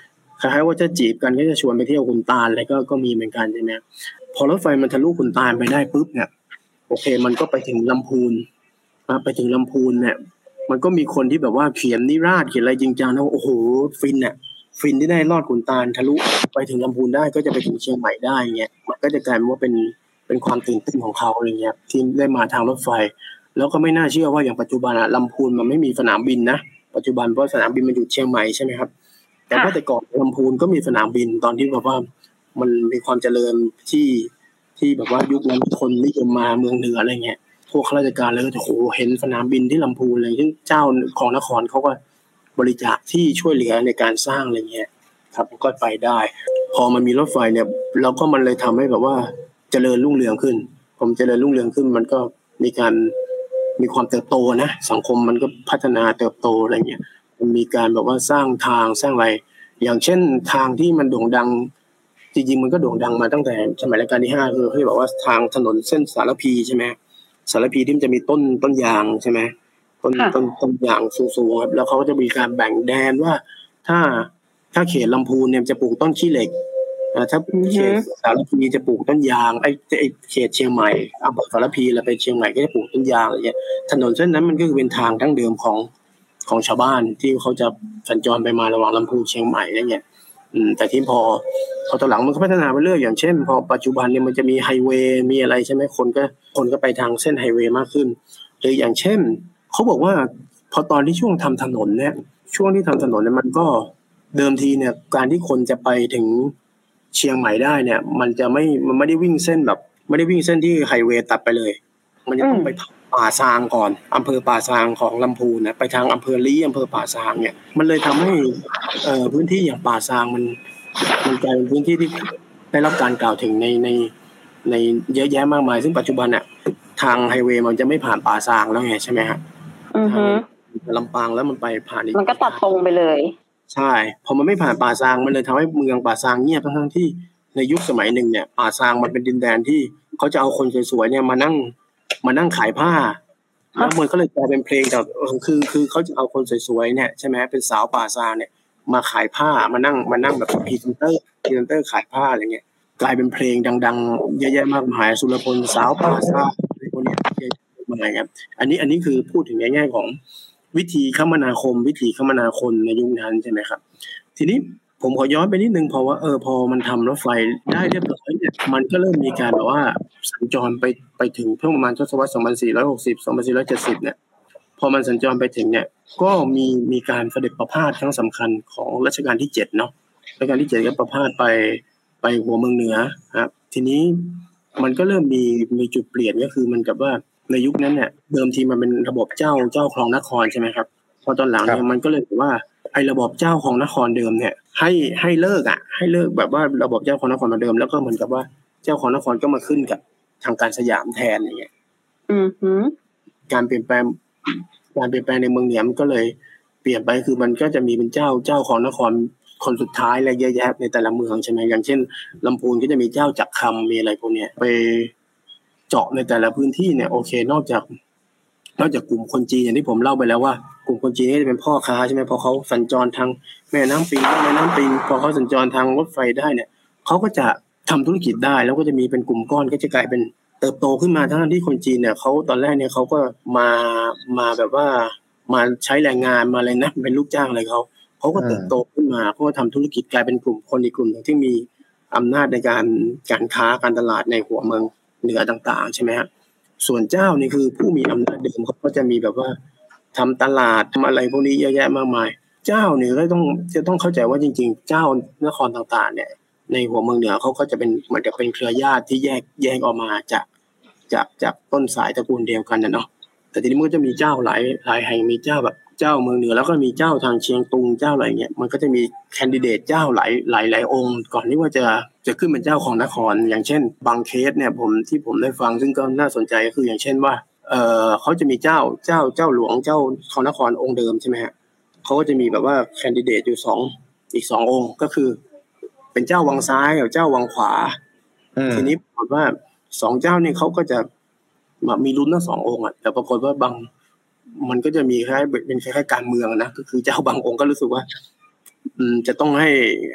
คล้ายๆว่าจะจีบกันก็จะชวนไปเที่ยวขุนตาลอะไรก็ก็มีเหมือนกันใช่ไหมพอรถไฟมันทะลุขุนตาลไปได้ปุ๊บเนี่ยโอเคมันก็ไปถึงลำพูนนะไปถึงลำพูนเนี่ยมันก็มีคนที่แบบว่าเขียนนิราศเขียนอะไรจริงจังนะโอ้โหฟินเนี่ยฟินที่ได้ลอดขุนตาลทะลุไปถึงลำพูนได้ก็จะไปถึงเชียงใหม่ได้เงี้ยมันก็จะกลายเป็นว่าเป็นเป็นความตื่นเต้นของเขาอะไรเงี้ยที่ได้มาทางรถไฟแล้วก็ไม่น่าเชื่อว่าอย่างปัจจุบันอะลำพูนมันไม่มีสนามบินนะปัจจุบันเพราะสนามบินมันอยู่เชียงใหม่ใช่ไหมครับแต่ว่าแต่ก่อนลำพูนก็มีสนามบินตอนที่แบบว่ามันมีความเจริญที่ที่แบบว่ายุคนั้นคนนิยมมาเมืองเหนืออะไรเงี้ยพวกข้าราชการเลยก็จะโหเห็นสนามบินที่ลำพูนเลยซึ่งเจ้าของนครเขาก็บริจาคที่ช่วยเหลือในการสร้างอะไรเงี้ยครับก็ไปได้พอมันมีรถไฟเนี่ยเราก็มันเลยทำให้แบบว่าเจริญรุ่งเรืองขึ้นผมเจริญรุ่งเรืองขึ้นมันก็มีการมีความเติบโตนะสังคมมันก็พัฒนาเติบโตอะไรเงี้ยมันมีการแบบว่าสร้างทางสร้างอะไรอย่างเช่นทางที่มันโด่งดังจริงๆมันก็โด่งดังมาตั้งแต่สมัยรัชกาลที่ห้าคือที่บอกว่าทางถนนเส้นสารพีใช่ไหมสารพีที่มันจะมีต้นต้นยางใช่ไหมต้นต้นต้นยางสูงๆครับแล้วเขาก็จะมีการแบ่งแดนว่าถ้าถ้าเขตลำพูนเนี่ยจะปลูกต้นขี้เหล็กถ้าเขตสารพีจะปลูกต้นยางไอ้ไอ้เขตเชียงใหม่อำเภอสารพีแล้วไปเชียงใหม่ก็จะปลูกต้นยางอะไรเงี้ยถนนเส้นนั้นมันก็คือเป็นทางดั้งเดิมของของชาวบ้านที่เขาจะสัญจรไปมาระหว่างลำพูนเชียงใหม่อะไรเงี้ยอืมแต่ที่พอพอตอนหลังมันก็พัฒนาไปเรื่อยอย่างเช่นพอปัจจุบันเนี่ยมันจะมีไฮเวย์มีอะไรใช่ไหมคนก็คนก็ไปทางเส้นไฮเวย์มากขึ้นหรืออย่างเช่นเขาบอกว่าพอตอนที่ช่วงทำถนนเนี่ยช่วงที่ทำถนนเนี่ยมันก็เดิมทีเนี่ยการที่คนจะไปถึงเชียงใหม่ได้เนี่ยมันจะไม่มันไม่ได้วิ่งเส้นแบบไม่ได้วิ่งเส้นที่ไฮเวย์ตัดไปเลยมันจะต้องไปป่าซางก่อนอำเภอป่าซางของลำพูนนะไปทางอำเภอลี้อำเภอป่าซางเนี่ยมันเลยทำให้เอ่อพื้นที่อย่างป่าซางมันมันกลายเป็นพื้นที่ที่ได้รับการกล่าวถึงในในในเยอะแยะมากมายซึ่งปัจจุบันเนี่ยทางไฮเวย์มันจะไม่ผ่านป่าซางแล้วไงใช่ไหมฮะอือฮึลำปางแล้วมันไปผ่านมันก็ตัดตรงไปเลยใช่พอมันไม่ผ่านป่าซางมันเลยทำให้เมืองป่าซางเงียบทั้งที่ในยุคสมัยหนึ่งเนี่ยป่าซางมันเป็นดินแดนที่เขาจะเอาคนสวยๆเนี่ยมานั่งมานั่งขายผ้าแล้วมันก็เลยกลายเป็นเพลงแต่คือคือเขาจะเอาคนสวยๆเนี่ยใช่ไหมเป็นสาวป่าซางเนี่ยมาขายผ้ามานั่งมานั่งแบบพรีเซนเตอร์พรีเซนเตอร์ขายผ้าอะไรเงี้ยกลายเป็นเพลงดังๆเยอะแยะมากมายสุรพลสาวป่าซางอะไรพวกนี้อะไรเงี้ยอันนี้อันนี้คือพูดถึงในแง่ของวิธีคมนาคมวิธีคมนาคมในยุคนั้นใช่ไหมครับทีนี้ผมขอย้อนไปนิดนึงเพราะว่าเออพอมันทำรถไฟได้เรียบร้อยเนี่ยมันก็เริ่มมีการแบบว่าสัญจรไปไปถึงเพิ่งประมาณทศวรรษสองพันสี่ร้อยหกสิบ สองพันสี่ร้อยเจ็ดสิบเนี่ยพอมันสัญจรไปถึงเนี่ยก็มีมีการเสด็จประพาสครั้งสำคัญของรัชกาลที่เจ็ดเนาะรัชกาลที่เจ็ดก็ประพาสไปไปหัวเมืองเหนือครับทีนี้มันก็เริ่มมีมีจุดเปลี่ยนก็คือมันกับว่าในยุคนั้นเนี่ยเดิมทีมันเป็นระบบเจ้าเจ้าครองนครใช่ไหมครับพอตอนหลังเนี่ยมันก็เลยว่าไอ้ระบบเจ้าของนครเดิมเนี่ยให้ให้เลิกอ่ะให้เลิกแบบว่าระบบเจ้าของนครมาเดิมแล้วก็เหมือนกับว่าเจ้าของนครก็มาขึ้นกับทางการสยามแทนอย่างเงี้ยอือฮึการเปลี่ยนแปลงการเปลี่ยนแปลงในเมืองเหนือมันก็เลยเปลี่ยนไปคือมันก็จะมีเป็นเจ้าเจ้าของนครคนสุดท้ายอะไรเยอะแยะในแต่ละเมืองใช่ไหมอย่างเช่นลำพูนก็จะมีเจ้าจักรคำมีอะไรพวกเนี้ยไปเจาะในแต่ละพื้นที่เนี่ยโอเคนอกจากนอกจากกลุ่มคนจีนอย่างที่ผมเล่าไปแล้วว่ากลุ่มคนจีนนี่จะเป็นพ่อค้าใช่ไหมพอเขาสัญจรทางแม่น้ำปิงแม่น้ำปิงพอเขาสัญจรทางรถไฟได้เนี่ยเขาก็จะทำธุรกิจได้แล้วก็จะมีเป็นกลุ่มก้อนก็จะกลายเป็นเติบโตขึ้นมาทั้งที่คนจีนเนี่ยเขาตอนแรกเนี่ยเขาก็มามาแบบว่ามาใช้แรงงานมาอะไรนะเป็นลูกจ้างอะไรเขาเขาก็เติบโตขึ้นมาเขาก็ทำธุรกิจกลายเป็นกลุ่มคนอีกกลุ่มนึงที่มีอำนาจในการการค้าการตลาดในหัวเมืองเหนือต่างๆใช่ไหมฮะส่วนเจ้านี่คือผู้มีอำนาจเดิมเขาก็จะมีแบบว่าทำตลาดทำอะไรพวกนี้เยอะแยะมากมายเจ้าเนี่ยก็ต้องจะต้องเข้าใจว่าจริงๆเจ้านครต่างๆเนี่ยในหัวเมืองเหนือเขาก็จะเป็นเหมือนกับเป็นเครือญาติที่แยกแยกออกมาจากจากจากต้นสายตระกูลเดียวกันนะเนาะแต่ทีนี้มันก็จะมีเจ้าหลายหลายแห่งมีเจ้าแบบเจ้าเมืองเหนือแล้วก็มีเจ้าทางเชียงตุงเจ้าอะไรเงี้ยมันก็จะมีแคนดิเดตเจ้าหลายหลายหลายองค์ก่อนที่ว่าจะจะขึ้นเป็นเจ้าของนครอย่างเช่นบางเคสเนี่ยผมที่ผมได้ฟังซึ่งก็น่าสนใจก็คืออย่างเช่นว่าเออเขาจะมีเจ้าเจ้าเจ้าหลวงเจ้าของนครองค์เดิมใช่ไหมฮะเขาก็จะมีแบบว่าแคนดิเดตอยู่สองอีกสององค์ก็คือเป็นเจ้าวังซ้ายกับเจ้าวังขวาทีนี้ปรากฏว่าสองเจ้านี่เขาก็จะมีลุ้นทั้งสององค์อ่ะแต่ปรากฏว่าบางมันก็จะมีคล้ายเป็นคล้ายๆการเมืองนะก็คือเจ้าบางองค์ก็รู้สึกว่าอืมจะต้องให้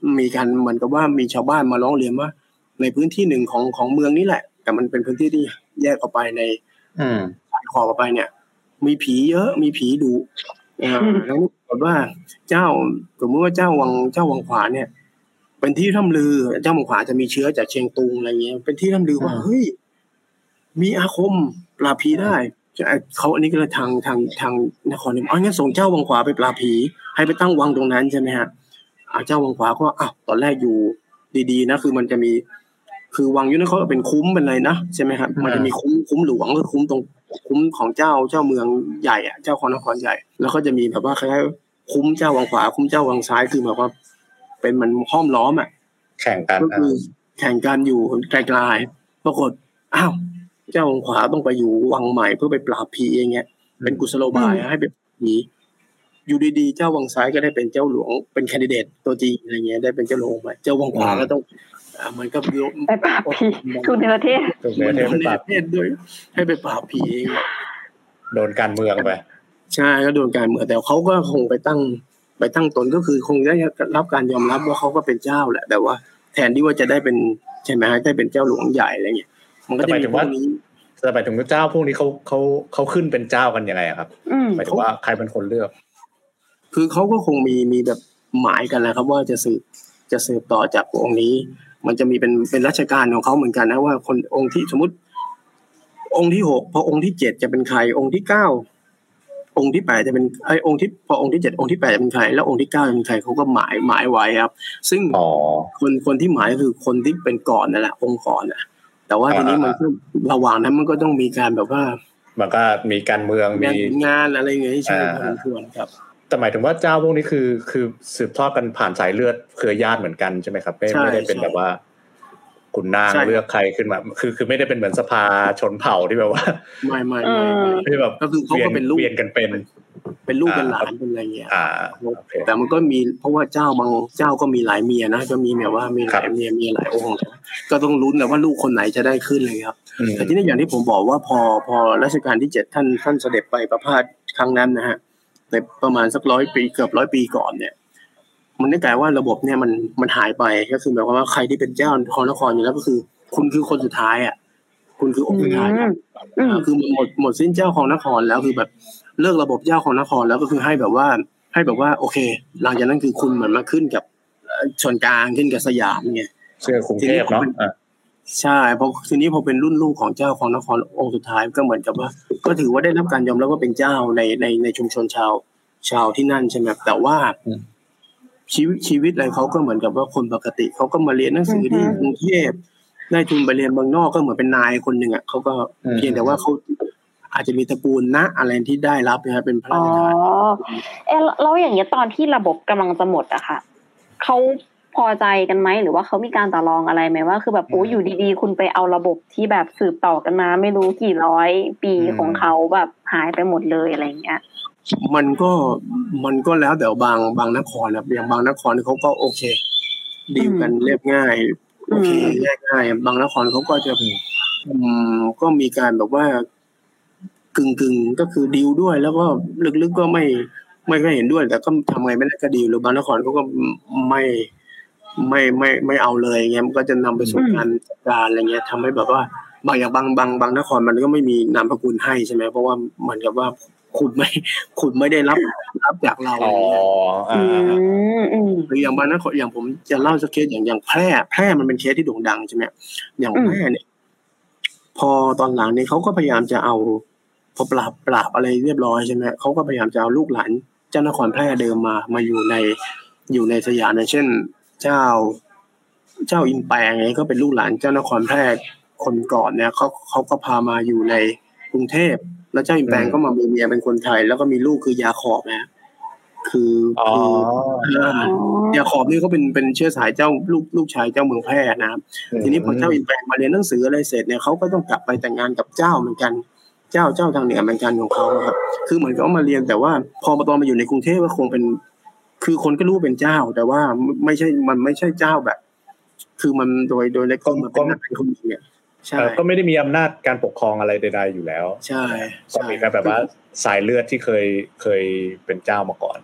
มีการเหมือนกับว่ามีชาวบ้านมาร้องเรียนว่าในพื้นที่หนึ่งของของเมืองนี้แหละแต่มันเป็นพื้นที่ที่แยกออกไปในอืมขอบออกไปเนี่ยมีผีเยอะมีผีดุอ่าแล้วนี่ปรากฏว่าเจ้าสมมติว่าเจ้าวังเจ้าวังขวาเนี่ยเป็นที่ร่ำลือเจ้าวังขวาจะมีเชื้อจากเชียงตุงอะไรเงี้ยเป็นที่ร่ำลือว่าเฮ้ยมีอาคมปราบผีได้เขาอันนี้ก็เลยทางทางทางนครเนี่ยอ๋องั้นส่งเจ้าวังขวาไปปราบผีให้ไปตั้งวังตรงนั้นใช่ไหมฮะเจ้าวังขวาก็อ้าวตอนแรกอยู่ดีๆนะคือมันจะมีคือวังยุทธเขาเป็นคุ้มเป็นอะไรนะใช่ไหมครับมันจะมีคุ้มคุ้มหลวงคือคุ้มตรงคุ้มของเจ้าเจ้าเมืองใหญ่อ่ะเจ้าของนครใหญ่แล้วก็จะมีแบบว่าคล้ายๆคุ้มเจ้าวังขวาคุ้มเจ้าวังซ้ายคือแบบว่าเป็นมันห้อมล้อมอ่ะแข่งกันก็คือแข่งกันอยู่ไกลๆปรากฏอ้าวเจ้าวังขวาต้องไปอยู่วังใหม่เพื่อไปปราบผีอย่างเงี้ยเป็นกุศโลบายให้ไปผีอยู่ดีๆเจ้าวังซ้ายก็ได้เป็นเจ้าหลวงเป็นแคนดิเดตตัวจริงอะไรเงี้ยได้เป็นเจ้าหลวงไปเจ้าวังขวาก็ต้องมันก็ไปปราบผีทุกเนื้อเทศทุกเนื้อเทศด้วยให้ไปปราบผีเองโดนการเมืองไปใช่ก็โดนการเมืองแต่เขาก็คงไปตั้งไปตั้งตนก็คือคงได้รับการยอมรับว่าเขาก็เป็นเจ้าแหละแต่ว่าแทนที่ว่าจะได้เป็นใช่ไหมได้เป็นเจ้าหลวงใหญ่อะไรเงี้ยมันก็จะมีพวกนี้จะไปถึงเจ้าพวกนี้เขาเขาเขาขึ้นเป็นเจ้ากันยังไงครับหมายถึงว่าใครเป็นคนเลือกคือเขาก็คงมีมีแบบหมายกันนะครับว่าจะสืบจะสืบต่อจากองค์นี้มันจะมีเป็นเป็นราชการของเขาเหมือนกันนะว่าคนองค์ที่สมมติองค์ที่หกพอองค์ที่เจ็ดจะเป็นใครองค์ที่เก้าองค์ที่แปดจะเป็นไอ้องค์ที่พอองค์ที่เจ็ดองค์ที่แปดจะเป็นใครแล้วองค์ที่เก้าจะเป็นใครเขาก็หมายหมายไว้ครับซึ่งคนคนที่หมายคือคนที่เป็นก่อนนั่นแหละองค์ก่อนนะแต่ว่าทีนี้มันก็ระหว่างนั้นมันก็ต้องมีการแบบว่ามันก็มีการเมืองมีงานอะไรอย่างเงี้ยใช่พอสมควรครับแต่หมายถึงว่าเจ้าพวกนี้คือคือสืบทอดกันผ่านสายเลือดเครือญาติเหมือนกันใช่ไหมครับไม่ไม่ได้เป็นแบบว่าขุนนางเลือกใครขึ้นมาคือคือไม่ได้เป็นเหมือนสภาชนเผ่าที่แบบว่าไม่ไม่ไม่ที่แบบก็คือเขาก็เป็นลูกเปลี่ยนกันเป็นเป็นลูกเป็นหลานเป็นอะไรเงี้ยแต่มันก็มีเพราะว่าเจ้าบางเจ้าก็มีหลายเมียนะก็มีแบบว่ามีหลายเมียมีหลายองค์ก็ต้องลุ้นนะว่าลูกคนไหนจะได้ขึ้นเลยครับแต่ที่นี่อย่างที่ผมบอกว่าพอพอรัชกาลที่เจ็ดท่านท่านเสด็จไปประพาสครั้งนั้นนะฮะในประมาณสักร้อยปีเกือบร้อยปีก่อนเนี่ยมันได้กลายว่าระบบเนี่ยมันมันหายไปก็คือหมายความว่าใครที่เป็นเจ้าของนครอยู่แล้วก็คือคุณคือคนสุดท้ายอ่ะคุณคือองค์สุดท้ายคือมันหมดหมดสิ้นเจ้าของนครแล้วคือแบบเลิกระบบเจ้าของนครแล้วก็คือให้แบบว่าให้แบบว่าโอเคหลังจากนั้นคือคุณเหมือนมาขึ้นกับชนกลางขึ้นกับสยามไงเสื้อกรุงเทพเนาะใช่เพราะทีนี้พอเป็นรุ่นลูกของเจ้าของนครองค์สุดท้ายก็เหมือนกับว่าก็ถือว่าได้รับการยอมรับว่าเป็นเจ้าในในในชุมชนชาวชาวที่นั่นใช่ไหมแต่ว่าชีวิตชีวิตอะไรเขาก็เหมือนกับว่าคนปกติเขาก็มาเรียนหนังสือที่กรุงเทพได้ทุนไปเรียนเมืองนอกก็เหมือนเป็นนายคนหนึ่งอ่ะเขาก็เพียงแต่ว่าเขาอาจจะมีตระกูลนะอะไรที่ได้รับนะครับเป็นพระราชทานอ๋อเออแล้วอย่างเงี้ยตอนที่ระบบกำลังจะหมดอะค่ะเขาพอใจกันไหมหรือว่าเขามีการต่อรองอะไรไหมว่าคือแบบโอ้อยู่ดีๆคุณไปเอาระบบที่แบบสืบต่อกันมาไม่รู้กี่ร้อยปีของเขาแบบหายไปหมดเลยอะไรเงี้ยมันก็มันก็แล้วแต่บางบางนครนะอย่างบางนครเขาก็โอเคดีลกันเรียบง่ายโอเคแยกง่ายบางนครเขาก็จะอืมก็มีการแบบว่ากึ่งๆก็คือดีลด้วยแล้วก็ลึกๆก็ไม่ไม่ค่อยเห็นด้วยแต่ก็ทำไงไม่ได้ก็ดีลหรือบางนครเขาก็ไม่ไม่ไม่ไม่เอาเลยเงี้ยมันก็จะนำไปสู่การจัดการอะไรเงี้ยทำให้แบบว่าบางอย่างบางบางบางนครมันก็ไม่มีนามสกุลให้ใช่ไหมเพราะว่าเหมือนกับว่าคุณไม่คุณไม่ได้รับรับจากเราอะไรเงี้ยหรืออย่างบางนครอย่างผมจะเล่าสักเคสอย่างอย่างแพร่แพร่มันเป็นเคสที่โด่งดังใช่ไหมอย่างแพร่เนี่ยพอตอนหลังเนี่ยเขาก็พยายามจะเอาพอปราบปราบอะไรเรียบร้อยใช่ไหมเขาก็พยายามจะเอาลูกหลานเจ้านครแพร่เดิมมามาอยู่ในอยู่ในสยามเช่นเจ้าเจ้าอินแปงไงก็เป็นลูกหลานเจ้านครแพร่คนก่อนเนี่ยเขาเขาก็พามาอยู่ในกรุงเทพแล้วเจ้าอินแปงก็มามีเมียเป็นคนไทยแล้วก็มีลูกคือยาขอบนะคือคือยาขอบนี่เขาเป็นเป็นเชื้อสายเจ้าลูกลูกชายเจ้าเมืองแพร่นะครับทีนี้พอเจ้าอินแปงมาเรียนหนังสืออะไรเสร็จเนี่ยเขาก็ต้องกลับไปแต่งงานกับเจ้าเหมือนกันเจ้าเจ้าทางเหนือเหมือนกันของเขาครับคือเหมือนเขามาเรียนแต่ว่าพอมาตอนมาอยู่ในกรุงเทพก็คงเป็นคือคนก็รู้เป็นเจ้าแต่ว่าไม่ใช่มันไม่ใช่เจ้าแบบคือมันโดยโดยเล็กก็มาเป็นนักเป็นคนเนี่ยใช่ก็ไม่ได้มีอำนาจการปกครองอะไรใดๆอยู่แล้วใช่ก็มีแค่แบบว่าสายเลือดที่เคยเคยเป็นเจ้ามาก่อน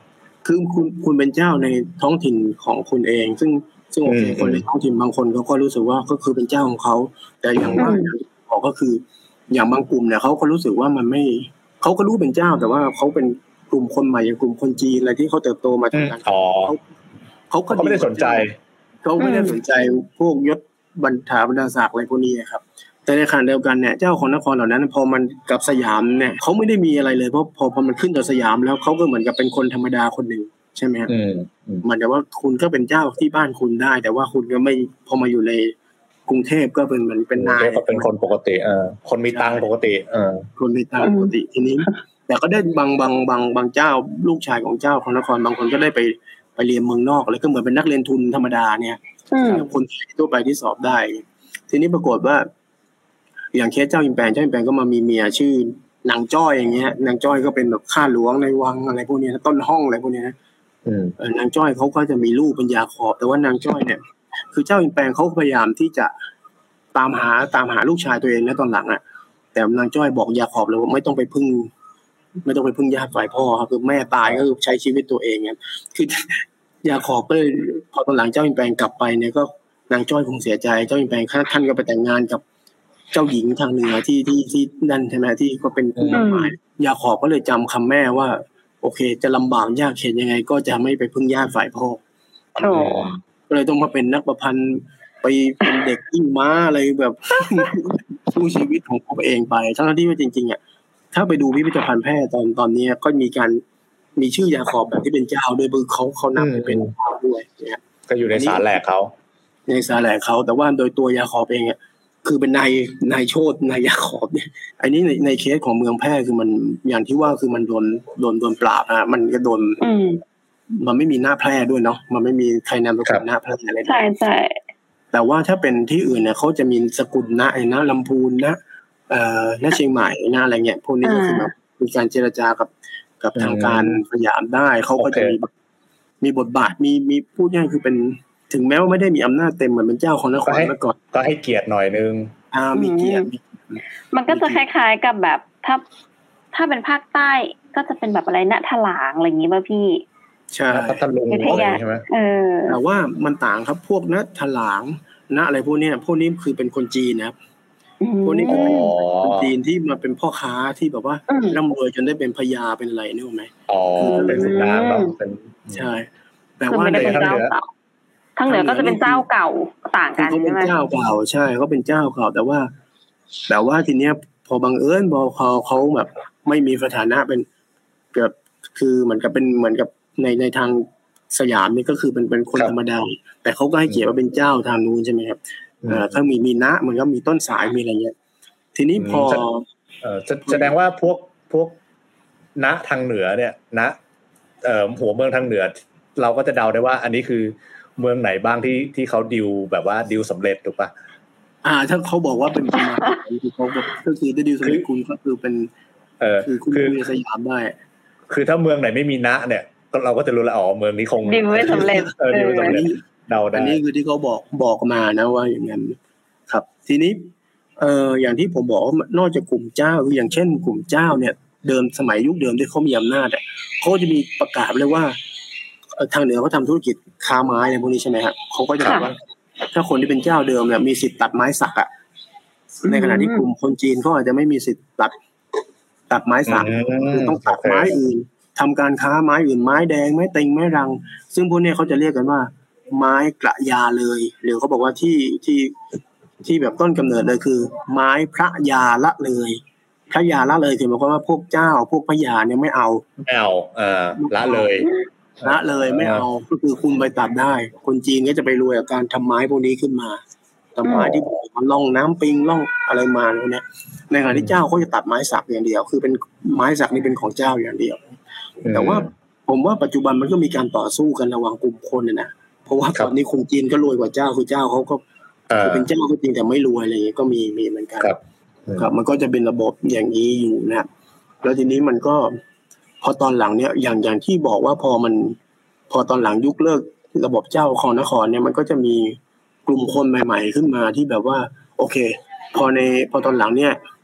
คือคุณคุณเป็นเจ้าในท้องถิ่นของคุณเองซึ่งซึ่งโอเคคนในท้องถิ่นบางคนเขาก็รู้สึกว่าก็คือเป็นเจ้าของเขาแต่อย่างว่าบอกก็คืออย่างบางกลุ่มเนี่ยเขาก็รู้สึกว่ามันไม่เขาก็รู้เป็นเจ้าแต่ว่าเขาเป็นกลุ่มคนใหม่อย่างกลุ่มคนจีนอะไรที่เขาเติบโตมาจากการเขาเขาก็ไม่ได้สนใจเขาไม่ได้สนใจพวกยศบรรดาบรรดาศักดิ์อะไรพวกนี้ครับแต่ในขณะเดียวกันเนี่ยเจ้าของนครเหล่านั้นพอมันกับสยามเนี่ยเขาไม่ได้มีอะไรเลยเพราะพอพอมันขึ้นกับสยามแล้วเขาก็เหมือนกับเป็นคนธรรมดาคนหนึ่งใช่ไหมครับเหมือนกับว่าคุณก็เป็นเจ้าที่บ้านคุณได้แต่ว่าคุณก็ไม่พอมาอยู่ในกรุงเทพก็เป็นเหมือนเป็นนายก็เป็นคนปกติเออคนมีตังค์ปกติเออคนมีตังค์ปกติทีนี้แต่ก็ได้บางบางบางบางเจ้าลูกชายของเจ้าของนครบางคนก็ได้ไปไปเรียนเมืองนอกอะไรก็เหมือนเป็นนักเรียนทุนธรรมดาเนี่ยคนทั่วไปที่สอบได้ทีนี้ปรากฏว่าอย่างเคสเจ้าอิมแปงเจ้าอิมแปงก็มามีเมียชื่อนางจ้อยอย่างเงี้ยนางจ้อยก็เป็นแบบข้าหลวงในวังอะไรพวกนี้ต้นห้องอะไรพวกนี้นะนางจ้อยเขาก็จะมีลูกเป็นยาขอบแต่ว่านางจ้อยเนี่ยคือเจ้าอิมแปงเขาพยายามที่จะตามหาตามหาลูกชายตัวเองนะตอนหลังอ่ะแต่นางจ้อยบอกยาขอบเลยว่าไม่ต้องไปพึ่งไม่ต้องไปพึ่งญาติฝ่ายพ่อครับคือแม่ตายก็ใช้ชีวิตตัวเองเนี่ยคือยาขอบก็เลยพอตอนหลังเจ้าอิมแปงกลับไปเนี่ยก็นางจ้อยคงเสียใจเจ้าอิมแปงท่านก็ไปแต่งงานกับเจ้าหญิงทางเหนือที่ที่ที่นั่นใช่ไหมที่ก็เป็นผู้นำหมายยาขอบก็เลยจำคำแม่ว่าโอเคจะลำบากยากเข็ญยังไงก็จะไม่ไปพึ่งญาติฝ่ายพ่อก็เลยต้องมาเป็นนักประพันธ์ไปเป็นเด็กยิ่งม้าอะไรแบบสู้ชีวิตของตัวเองไปทั้งที่ว่าจริงๆอ่ะถ้าไปดูพิพิธภัณฑ์แพร่ตอนตอนนี้ก็มีการมีชื่อยาขอบแบบที่เป็นเจ้าด้วยคือเขาเขานำไปเป็นเจ้าด้วยเนี่ยก็อยู่ในศาลแหลกเขาในศาลแหลกเขาแต่ว่าโดยตัวยาขอบเองอ่ะคือเป็นนายนายโชตินายยาขอบเนี่ยอันนี้ในในเคสของเมืองแพร่คือมันอย่างที่ว่าคือมันโดนโดนโดนปราบฮะมันก็โดนมันไม่มีหน้าแพร่ด้วยเนาะมันไม่มีใครนำสกุลหน้าแพร่อะไรใช่ใช่แต่ว่าถ้าเป็นที่อื่นเนี่ยเขาจะมีสกุลนะไอ้นะลำพูนนะเอ่อนะเชียงใหม่นะอะไรเงี้ยพวกนี้ก็คือแบบมีการเจรจากับกับทางการสยามได้เขาก็จะมีมีบทบาทมีมีพูดง่ายคือเป็นถึงแม้ว่าไม่ได้มีอำนาจเต็มเหมือนเป็นเจ้าของนครมาก่อนก็ให้เกียรติหน่อยนึงอ่ามีเกียรติมันก็จะคล้ายๆกับแบบถ้าถ้าเป็นภาคใต้ก็จะเป็นแบบอะไรณถลางอะไรอย่างงี้ป่ะพี่ใช่พัทลุงใช่ไหมเออแต่ว่ามันต่างครับพวกณถลางณอะไรพวกนี้พวกนี้คือเป็นคนจีนนะครับพวกนี้เป็นคนจีนที่มาเป็นพ่อค้าที่แบบว่าร่ำรวยจนได้เป็นพญาเป็นอะไรนึกไหมอ๋อเป็นสุดาแบบเป็นใช่แต่ว่าในทางเหนือทางเหนือก็จะเป็นเจ้าเก่าต่างกันใช่ไหมเขาเป็นเจ้าเก่าใช่เขาเป็นเจ้าเก่าแต่ว่าแต่ว่าทีเนี้ยพอบังเอิญพอเขาเขาแบบไม่มีสถานะเป็นแบบคือเหมือนกับเป็นเหมือนกับในในทางสยามนี่ก็คือเป็นเป็นคนธรรมดาแต่เขาก็ให้เกียรติว่าเป็นเจ้าทางนู้นใช่ไหมครับเอ่อถ้ามีมีณมันก็มีต้นสายมีอะไรเงี้ยทีนี้พอเอ่อแสดงว่าพวกพวกณทางเหนือเนี่ยณเอ่อหัวเมืองทางเหนือเราก็จะเดาได้ว่าอันนี้คือเมืองไหนบ้างที่ที่เขาดิวแบบว่าดิวสำเร็จถูกป่ะอ่าถ้าเขาบอกว่าเป็นประมาณคือเขาแบบก็คือได้ดิวสำเร็จคุณก็คือเป็นเออคือคุณมีสยามได้คือถ้าเมืองไหนไม่มีณเนี่ยเราก็จะรู้แล้วอ๋อเมืองนี้คงดิวไม่สำเร็จเออดิวสำเร็จเดาได้อันนี้คือที่เขาบอกบอกมานะว่าอย่างนั้นครับทีนี้เอ่ออย่างที่ผมบอกว่านอกจากกลุ่มเจ้าคืออย่างเช่นกลุ่มเจ้าเนี่ยเดิมสมัยยุคเดิมที่เขามีอำนาจอ่ะเขาจะมีประกาศเลยว่าทางเหนือเขาทำธุรกิจค้าไม้อะไรพวกนี้ใช่ไหมครับเขาก็จะบอกว่าถ้าคนที่เป็นเจ้าเดิมเนี่ยมีสิทธิ์ตัดไม้สักอ่ะในขณะที่กลุ่มคนจีนเขาอาจจะไม่มีสิทธิ์ตัดตัดไม้สักคือต้องตัดไม้อื่นทำการค้าไม้อื่นไม้แดงไม้เต็งไม้รังซึ่งพวกนี้เขาจะเรียกกันว่าไม้กระยาเลยหรือเขาบอกว่าที่ที่ที่แบบต้นกำเนิดเลยคือไม้พระยาละเลยพระยาละเลยคือหมายความว่าพวกเจ้าพวกพระยาเนี่ยไม่เอาไม่เอาเออละเลยละเลยไม่เอาก็คือคุณไปตัดได้คนจีนก็จะไปรวยกับการทำไม้พวกนี้ขึ้นมาทำไม้ที่ล่องน้ำปิงล่องอะไรมาพวกนี้ในขณะที่เจ้าเขาจะตัดไม้สักอย่างเดียวคือเป็นไม้สักนี่เป็นของเจ้าอย่างเดียวแต่ว่าผมว่าปัจจุบันมันก็มีการต่อสู้กันระหว่างกลุ่มคนนะเพราะว่าตอนนี้คนจีนก็รวยกว่าเจ้าคือเจ้าเขาก็เป็นเจ้าก็จริงแต่ไม่รวยอะไรอย่างนี้ก็มีมีเหมือนกันครับมันก็จะเป็นระบบอย่างนี้อยู่นะแล้วทีนี้มันก็พอตอนหลังเนี่ยอย่างอย่างที่บอกว่าพอมันพอตอนหลังยุคเลิกระบบเจ้าของนครเนี่ยมันก็จะมีกลุ่มคนใหม่ๆขึ้นมาที่แบบว่าโอเคพอในพอตอนหลังเนี่ย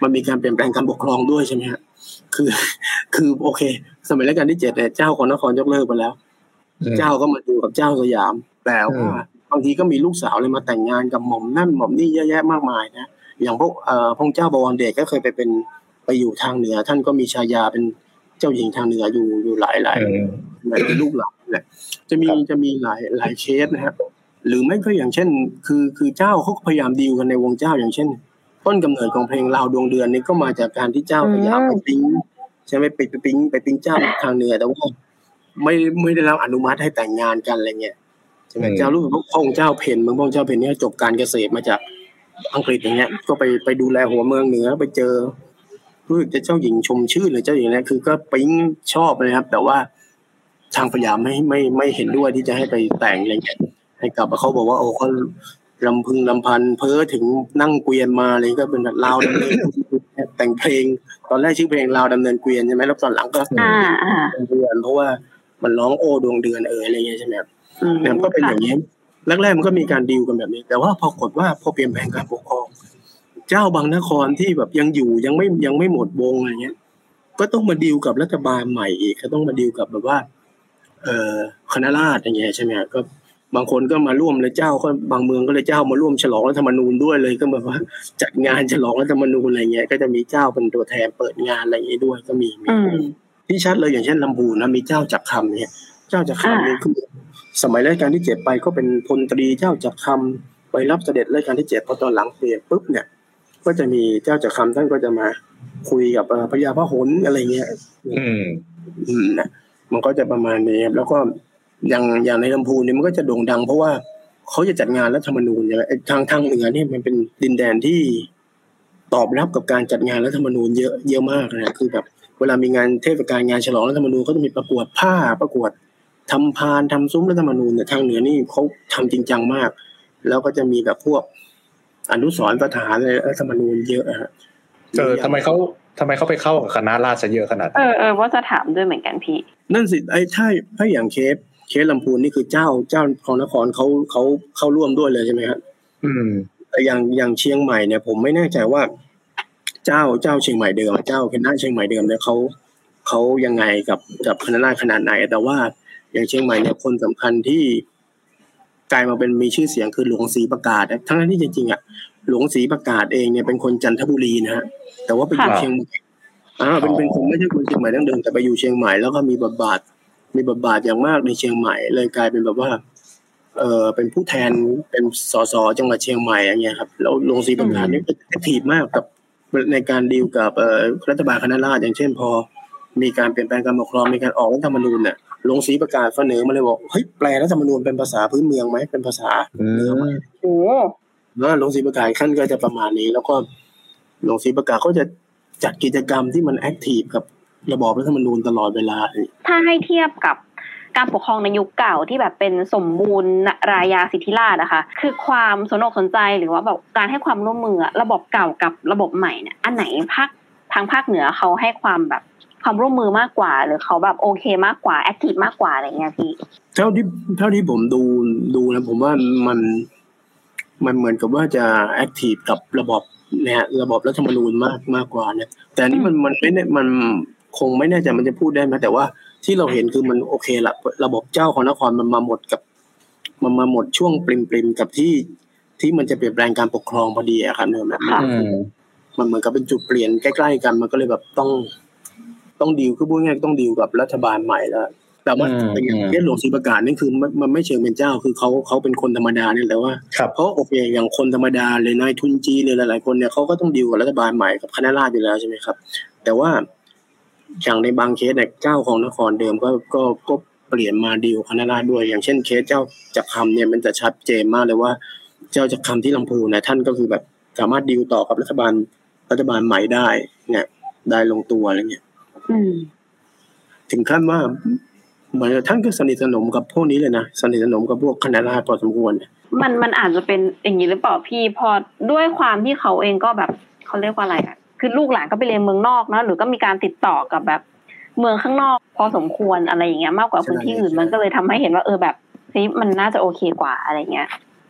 มันมีการเปลี่ยนแปลงการปกครองด้วยใช่ไหมฮะคือคือโอเคสมัยรัชกาลที่เจ็ดเนี่ยเจ้าของนครยกเลิกไปแล้วเจ้าก็มาดูกับเจ้าสยามแต่ว่าบางทีก็มีลูกสาวเลยมาแต่งงานกับหม่อมนั่นหม่อมนี่เยอะแยะมากมายนะอย่างพวกเอ่อพระเจ้าบวรเดชก็เคยไปเป็นไปอยู่ทางเหนือท่านก็มีฉายาเป็นเจ้าหญิงทางเหนืออยู่อยู่หลายหลายหลายลูกหลานแหละจะมีจะมีหลายหลายเคสนะครับหรือไม่ก็อย่างเช่นคือคือเจ้าเขาพยายามดีลกันในวงเจ้าอย่างเช่นต้นกำเนิดของเพลงลาวดวงเดือนนี่ก็มาจากการที่เจ้าพยายามไปปิ๊งใช่ไหมไปไปปิ๊งไปปิ๊งเจ้าทางเหนือแต่ว่าไม่ไม่ได้รับอนุมัติให้แต่งงานกันอะไรเงี้ยใช่ไหมเจ้ารู้สึกว่าพระองค์เจ้าเพนเมืองพระองค์เจ้าเพนเนี่ยจบการเกษตรมาจากอังกฤษอย่างเงี้ยก็ไปไปดูแลหัวเมืองเหนือไปเจอรู้สึกจะเจ้าหญิงชมชื่นหรือเจ้าหญิงเนี่ยคือก็ปิ๊งชอบเลยครับแต่ว่าทางพยามไม่ไม่ไม่เห็นด้วยที่จะให้ไปแต่งอะไรเงี้ยให้กลับมาเขาบอกว่าโอ้เขาลำพึงลำพันเพ้อถึงนั่งเกวียนมาอะไรก็เป็นแบบลาวดำเนินแต่งเพลงตอนแรกชื่อเพลงลาวดำเนินเกวียนใช่ไหมแล้วตอนหลังก็อ่าอ่าเดือนเพราะว่ามันร้องโอ้ดวงเดือนเอออะไรเงี้ยใช่ไหมครับเนี่ยก็เป็นอย่างนี้แรกๆมันก็มีการดีลกันแบบนี้แต่ว่าพอกฏว่าพอเปลี่ยนแปลงการปกครองเจ้าบางนครที่แบบยังอยู่ยังไม่ยังไม่หมดวงอะไรเงี้ยก็ต้องมาดีลกับรัฐบาลใหม่อีกก็ต้องมาดีลกับแบบว่าเอ่อคณะราษฎรอย่างเงี้ยใช่ไหมก็บางคนก็มาร่วมเลยเจ้าก็บางเมืองก็เลยเจ้ามาร่วมฉลองรัฐธรรมนูญด้วยเลยก็แบบว่าจัดงานฉลองรัฐธรรมนูญอะไรเงี้ยก็จะมีเจ้าเป็นตัวแทนเปิดงานอะไรอย่างงี้ด้วยก็มีที่ชัดเลยอย่างเช่นลำพูนนะมีเจ้าจักรคำเนี่ยเจ้าจักรคำนี่คือสมัยรัชกาลที่เจ็ดไปก็เป็นพลตรีเจ้าจักรคำไปรับเสด็จรัชกาลที่เจ็ดพอตอนหลังเปลี่ยนปุ๊บเนี่ยก็จะมีเจ้าจักรคำท่านก็จะมาคุยกับพญาพหลอะไรเงี้ยอืมอืมนะมันก็จะประมาณนี้แล้วก็อย่างอย่างในลำพูนนี่มันก็จะโด่งดังเพราะว่าเขาจะจัดงานรัฐธรรมนูญอย่างทางทางเหนือนี่มันเป็นดินแดนที่ตอบรับกับการจัดงานรัฐธรรมนูญเยอะเยอะมากนะคือแบบเวลามีงานเทศกาลงานฉลองรัฐธรรมนูญก็จะมีประกวดผ้าประกวดทำพานทำซุ้มรัฐธรรมนูญเนี่ยทางเหนือนี่เขาทำจริงจังมากแล้วก็จะมีแบบพวกอนุสรณ์สถานในรัฐธรรมนูญเยอะฮะเออทำไมเขาทำไมเขาไปเข้ากับคณะราษฎรเยอะขนาดเออเออว่าจะถามด้วยเหมือนกันพี่นั่นสิไอ้ถ้าถ้าอย่างเคสเคสลำพูนนี่คือเจ้าเจ้าของนครเขาเขาเข้าร่วมด้วยเลยใช่ไหมครับอืมแต่อย่างอย่างเชียงใหม่เนี่ยผมไม่แน่ใจว่าเจ้าเจ้าเชียงใหม่เดิมเจ้าคณะเชียงใหม่เดิมเนี่ยเขาเขายังไงกับกับคณะราษฎรขนาดไหนแต่ว่าอย่างเชียงใหม่เนี่ยคนสำคัญที่กลายมาเป็นมีชื่อเสียงคือหลวงศรีประกาศทั้งที่จริงๆอ่ะหลวงศรีประกาศเองเนี่ยเป็นคนจันทบุรีนะฮะแต่ว่าไปอยู่เชียงใหม่อ่าเป็นเป็นคนไม่ใช่คนเชียงใหม่ดั้งเดิมแต่ไปอยู่เชียงใหม่แล้วก็มีบทบาทมีบทบาทอย่างมากในเชียงใหม่เลยกลายเป็นแบบว่าเออเป็นผู้แทนเป็นสสจังหวัดเชียงใหม่อย่างเงี้ยครับแล้วหลวงศรีประกาศนี่เป็นแอคทีฟมากกับในการดีลกับเอ่อรัฐบาลคณะราษฎรอย่างเช่นพอมีการเปลี่ยนแปลงการปกครองมีการออกรัฐธรรมนูญเนี่ยหลวงศรีประกาศเสนอมาเลยบอกเฮ้ยแปลรัฐธรรมนูญเป็นภาษาพื้นเมืองไหมเป็นภาษาเหนือไหมโอ้แล้วหลวงศรีประกาศขั้นก็จะประมาณนี้แล้วก็หลวงศรีประกาศเขาจะจัดกิจกรรมที่มันแอคทีฟกับระบอบรัฐธรรมนูญตลอดเวลาถ้าให้เทียบกับการปกครองในยุคเก่าที่แบบเป็นสมบูรณ์รายาสิทธิราชย์นะคะคือความสนอกสนใจหรือว่าแบบการให้ความร่วมมือระบบเก่ากับระบบใหม่เนี่ยอันไหนภาคทางภาคเหนือเขาให้ความแบบความร่วมมือมากกว่าหรือเขาแบบโอเคมากกว่าแอคทีฟมากกว่าอะไรเงี้ยพี่เท่าที่เท่าที่ผมดูดูนะผมว่ามันมันเหมือนกับว่าจะแอคทีฟกับระบบเนี่ยระบบรัฐธรรมนูญมากมากกว่าเนี่ยแต่นี่มันมันไม่ได้มันคงไม่แน่ใจมันจะพูดได้ไหมแต่ว่าที่เราเห็นคือมันโอเคละระบบเจ้าของนครมันมาหมดกับมันมาหมดช่วงปริมๆกับที่ที่มันจะเปลี่ยนแปลงการปกครองพอดีอะครับเนี่ยแบบมันเหมือนกับเป็นจุดเปลี่ยนใกล้ๆกันมันก็เลยแบบต้องต้องดีลคือพูดง่ายๆต้องดีลกับรัฐบาลใหม่แล้วแต่ว่าอย่างเรื่องหลวงศรีประกาศนี่คือมันมันไม่เชิงเป็นเจ้าคือเขาเขาเป็นคนธรรมดาเนี่ยแต่ว่าเพราะโอเคอย่างคนธรรมดาเลยนายทุนจีนเลยหลายๆคนเนี่ยเขาก็ต้องดีลกับรัฐบาลใหม่กับคณะราษฎรอยู่แล้วใช่ไหมครับแต่ว่าอย่างในบางเคสเนี่ยเจ้าของนครเดิมก็ก็ก็เปลี่ยนมาดีลคณะราษฎรด้วยอย่างเช่นเคสเจ้าจักรคำเนี่ยมันจะชัดเจนมากเลยว่าเจ้าจักรคำที่ลำพูนเนี่ยท่านก็คือแบบสามารถดีลต่อกับรัฐบาลรัฐบาลใหม่ได้เนี่ยได้ลงตัวอะไรเงี้ยถึงขั้นว่าเหมือนท่านก็สนิทสนมกับพวกนี้เลยนะสนิทสนมกับพวกคณะราษฎรพอสมควรมันมันอาจจะเป็นอย่างนี้หรือเปล่าพี่พอด้วยความที่เขาเองก็แบบเขาเรียกว่าอะไรอ่ะคือลูกหลานก็ไปเรียนเมืองนอกนะหรือก็มีการติดต่อกับแบบเมืองข้างนอกพอสมควรอะไรอย่างเงี้ยมากกว่าพื้นที่อื่นมันก็เลยทำให้เห็นว่าเออแบบนี่มันน่าจะโอเคกว่าอะไรเงี้ย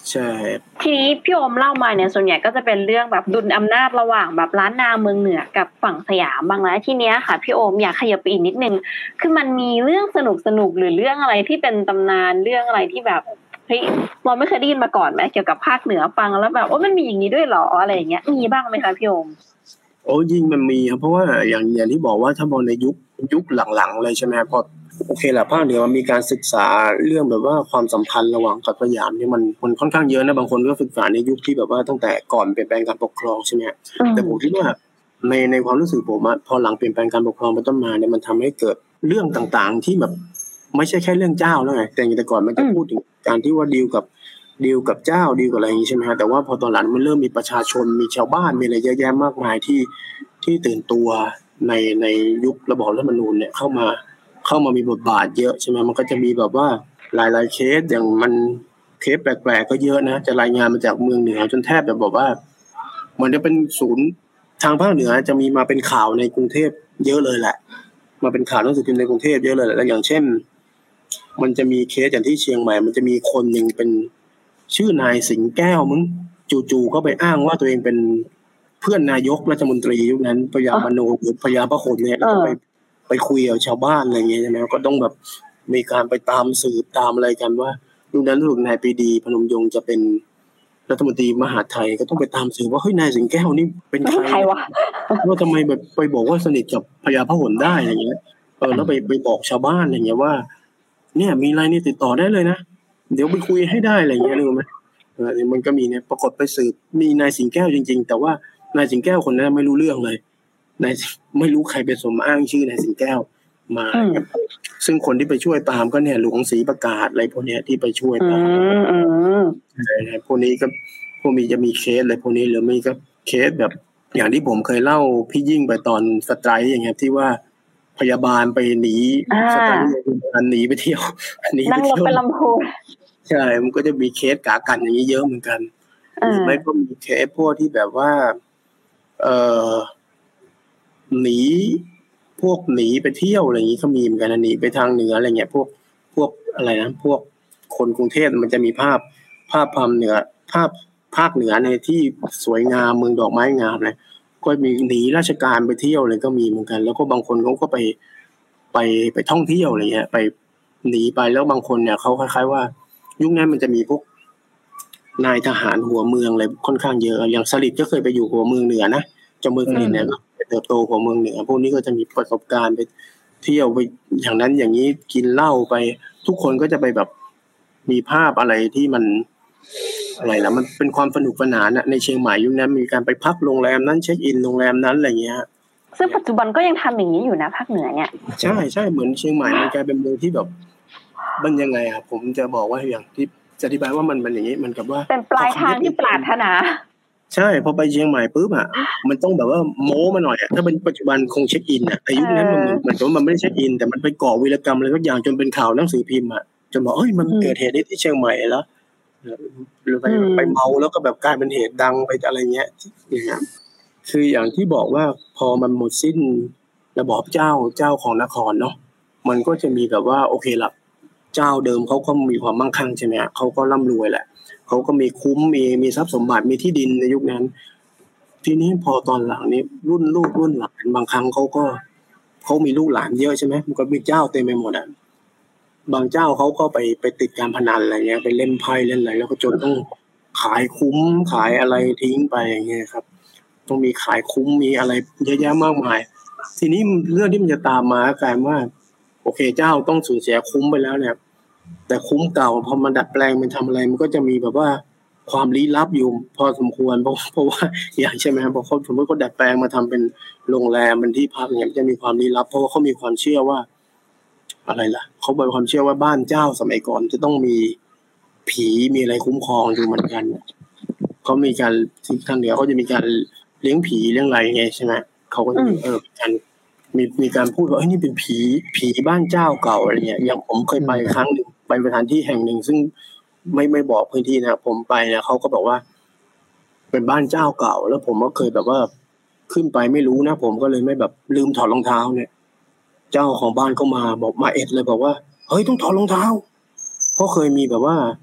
ใช่ทีนี้พี่โอมเล่ามาเนี่ยส่วนใหญ่ก็จะเป็นเรื่องแบบดุลอำนาจระหว่างแบบล้านนาเมืองเหนือกับฝั่งสยามบางแล้วทีเนี้ยค่ะพี่โอมอยากขยับไปอีกนิดนึงคือมันมีเรื่องสนุกสนุกหรือเรื่องอะไรที่เป็นตำนานเรื่องอะไรที่แบบเฮ้ยเราไม่เคยได้ยินมาก่อนไหมเกี่ยวกับภาคเหนือฟังแล้วแบบโอ้มันมีอย่างนี้ด้วยเหรออะไรอย่างเงี้ยมีบ้างไหมคะพี่โอมโอ้ยิ่งมันมีครับเพราะว่าอย่างอย่างที่บอกว่าถ้ามองในยุคยุคหลังๆเลยใช่ไหมพอโอเคแหละภาคเหนือมันมีการศึกษาเรื่องแบบว่าความสัมพันธ์ระหว่างกับสยามเนี่ยมันมันค่อนข้างเยอะนะบางคนก็ศึกษาในยุคที่แบบว่าตั้งแต่ก่อนเปลี่ยนแปลงการปกครองใช่ไหมแต่ผมคิดว่าในในความรู้สึกผมอะพอหลังเปลี่ยนแปลงการปกครองเป็นต้นมาเนี่ยมันทำให้เกิดเรื่องต่างๆที่แบบไม่ใช่แค่เรื่องเจ้าแล้วไงแต่แต่ก่อนมันจะพูดถึงการที่ว่าดีลกับดีลกับเจ้าดีลกับอะไรอย่างนี้ใช่ไหมฮะแต่ว่าพอตอนหลังมันเริ่มมีประชาชนมีชาวบ้านมีอะไรเยอะแยะมากมายที่ที่ตื่นตัวในในยุคระบอบรัฐธรรมนูญเนี่ยเข้ามาเข้ามามีบทบาทเยอะใช่ไหมมันก็จะมีแบบว่าหลายๆเคสอย่างมันเคสแปลกๆก็เยอะนะจะรายงานมาจากเมืองเหนือจนแทบแบบบอกว่ามันจะเป็นศูนย์ทางภาคเหนือจะมีมาเป็นข่าวในกรุงเทพเยอะเลยแหละมาเป็นข่าวหนังสือพิมพ์ในกรุงเทพเยอะเลยแหละอย่างเช่นมันจะมีเคสอย่างที่เชียงใหม่มันจะมีคนหนึ่งเป็นชื่อนายสิงแก้วมึงจู่ๆก็ไปอ้างว่าตัวเองเป็นเพื่อนนายกรัฐมนตรียุคนั้นพญามโนหรือพญาพหลเนี่ยก็ไปไปคุยกับชาวบ้านอะไรอย่างเงี้ยใช่ไหมก็ต้องแบบมีการไปตามสืบตามอะไรกันว่ายุคนั้นถูกนายปรีดีพนมยงค์จะเป็นรัฐมนตรีมหาดไทยก็ต้องไปตามสืบว่าเฮ้ยนายสิงแก้วนี่เป็นใครวะว่าทำไมแบบไปบอกว่าสนิทกับพญาพหลได้อย่างเงี้ยเออแล้วไปไปบอกชาวบ้านอะไรเงี้ยว่าเนี่ยมีอะไรนี่ติดต่อได้เลยนะเดี๋ยวไปคุยให้ได้อะไรเงี้ยรู้ไหมเออมันก็มีเนี่ยปรากฏไปสืบมีนายสิงแก้วจริงๆแต่ว่านายสิงแก้วคนนั้นไม่รู้เรื่องเลยนายไม่รู้ใครเป็นสมอ้างชื่อนายสิงแก้วมาซึ่งคนที่ไปช่วยตามก็เนี่ยหลวงศรีประกาศอะไรพวกเนี้ยที่ไปช่วยตามใช่พวกนี้ก็พวกมีจะมีเคสอะไรพวกนี้หรือไม่ก็เคสแบบอย่างที่ผมเคยเล่าพี่ยิ่งไปตอนสไตร์อย่างเงี้ยที่ว่าพยาบาลไปหนีสไตร์หนีไปเที่ยวหนีไปเที่ยวนั่งรถไปลำพูนใช่มันก็จะมีเคสกากันอย่างนี้เยอะเหมือนกันหรือไม่ก็มีเคสพวกที่แบบว่าเอ่อหนีพวกหนีไปเที่ยวอะไรอย่างนี้ก็มีเหมือนกันนะหนีไปทางเหนืออะไรเงี้ยพวกพวกอะไรนะพวกคนกรุงเทพมันจะมีภาพภาพความเหนือภาพภาคเหนือในที่สวยงามเมืองดอกไม้งามเลยก็มีหนีราชการไปเที่ยวเลยก็มีเหมือนกันแล้วก็บางคนเขาก็ไปไปไปท่องเที่ยวอะไรเงี้ยไปหนีไปแล้วบางคนเนี่ยเขาคล้ายๆว่ายุคนั้นมันจะมีพวกนายทหารหัวเมืองอะไรค่อนข้างเยอะอย่างสฤษดิ์ก็เคยไปอยู่หัวเมืองเหนือนะจอมพลสฤษดิ์เนี่ยก็ไปเติบโตหัวเมืองเหนือพวกนี้ก็จะมีประสบการณ์ไปเที่ยวไปอย่างนั้นอย่างนี้กินเหล้าไปทุกคนก็จะไปแบบมีภาพอะไรที่มันอะไรนะมันเป็นความสนุกสนานในเชียงใหม่ยุคนั้นมีการไปพักโรงแรมนั้นเช็คอินโรงแรมนั้นอะไรเงี้ยซึ่งปัจจุบันก็ยังทำอย่างนี้อยู่นะภาคเหนือเนี่ยใช่ใช่เหมือนเชียงใหม่มันกลายเป็นเมืองที่แบบมันยังไงอ่ะผมจะบอกว่าอย่างที่จะอธิบายว่ามันมันอย่างนี้มันกับว่าเป็นปลายทางที่ปรารถนาใช่พอไปเชียงใหม่ปุ๊บอ่ะมันต้องแบบว่าโม้มาหน่อยอ่ะถ้าเป็นปัจจุบันคงเช็คอินอ่ะแต่ยุคนั้นมันเหมือนกับว่ามันไม่ได้เช็คอินแต่มันไปก่อวีรกรรมอะไรทุกอย่างจนเป็นข่าวหนังสือพิมพ์อ่ะจนบอกเอ้ยมันเกิดเหตุที่เชียงใหม่แล้วหรือไปไปเมาแล้วก็แบบกลายเป็นเหตุดังไปอะไรเงี้ยอย่างเงี้ยคืออย่างที่บอกว่าพอมันหมดสิ้นระบอบเจ้าเจ้าของนครเนาะมันก็จะมีแบบว่าโอเคละเจ้าเดิมเขาก็มีความมั่งคั่งใช่ไหมเขาก็ร่ำรวยแหละเขาก็มีคุ้มมีมีทรัพย์สมบัติมีที่ดินในยุคนั้นทีนี้พอตอนหลังนี้รุ่นลูกรุ่นหลานบางครั้งเขาก็เขามีลูกหลานเยอะใช่ไหมมันก็มีเจ้าเต็มไปหมดอ่ะบางเจ้าเขาก็ไปไปติดการพนันอะไรเงี้ยไปเล่นไพ่เล่นอะไรแล้วก็จนต้องขายคุ้มขายอะไรทิ้งไปอย่างเงี้ยครับต้องมีขายคุ้มมีอะไรเยอะแยะมากมายทีนี้เรื่องที่มันจะตามมากลายว่าโอเคเจ้าต้องสูญเสียคุ้มไปแล้วเนี่ยแต่คุ้มเก่าพอมันดัดแปลงมันทำอะไรมันก็จะมีแบบว่าความลี้ลับอยู่พอสมควรเพราะเพราะว่าอย่างใช่ไหมครับพอเขาสมมติเขาดัดแปลงมาทำเป็นโรงแรมเป็นที่พักเนี่ยจะมีความลี้ลับเพราะว่าเขามีความเชื่อว่าอะไรล่ะเขามีความเชื่อว่าบ้านเจ้าสมัยก่อนจะต้องมีผีมีอะไรคุ้มครองอยู่เหมือนกันเขามีการที่ทางเหนือเขาจะมีการเลี้ยงผีเลี้ยงอะไรไงใช่ไหมเขาก็จะมีเออการมีมีการพูดว่าเอ้ยนี่เป็นผีผีบ้านเจ้าเก่าอะไรเงี้ยอย่างผมเคยไปครั้งหนึ่งไปสถานที่แห่งหนึ่งซึ่งไม่ไม่บอกพื้นที่นะผมไปเนี่ยเขาก็บอกว่าเป็นบ้านเจ้าเก่าแล้วผมก็เคยแบบว่าขึ้นไปไม่รู้นะผมก็เลยไม่แบบลืมถอดรองเท้าเนี่ยเจ้าของบ้านก็มาบอกมาเอ็ดเลยบอกว่าเฮ้ยต้องถอดรองเท้าเพราะเคยมีแบบว่า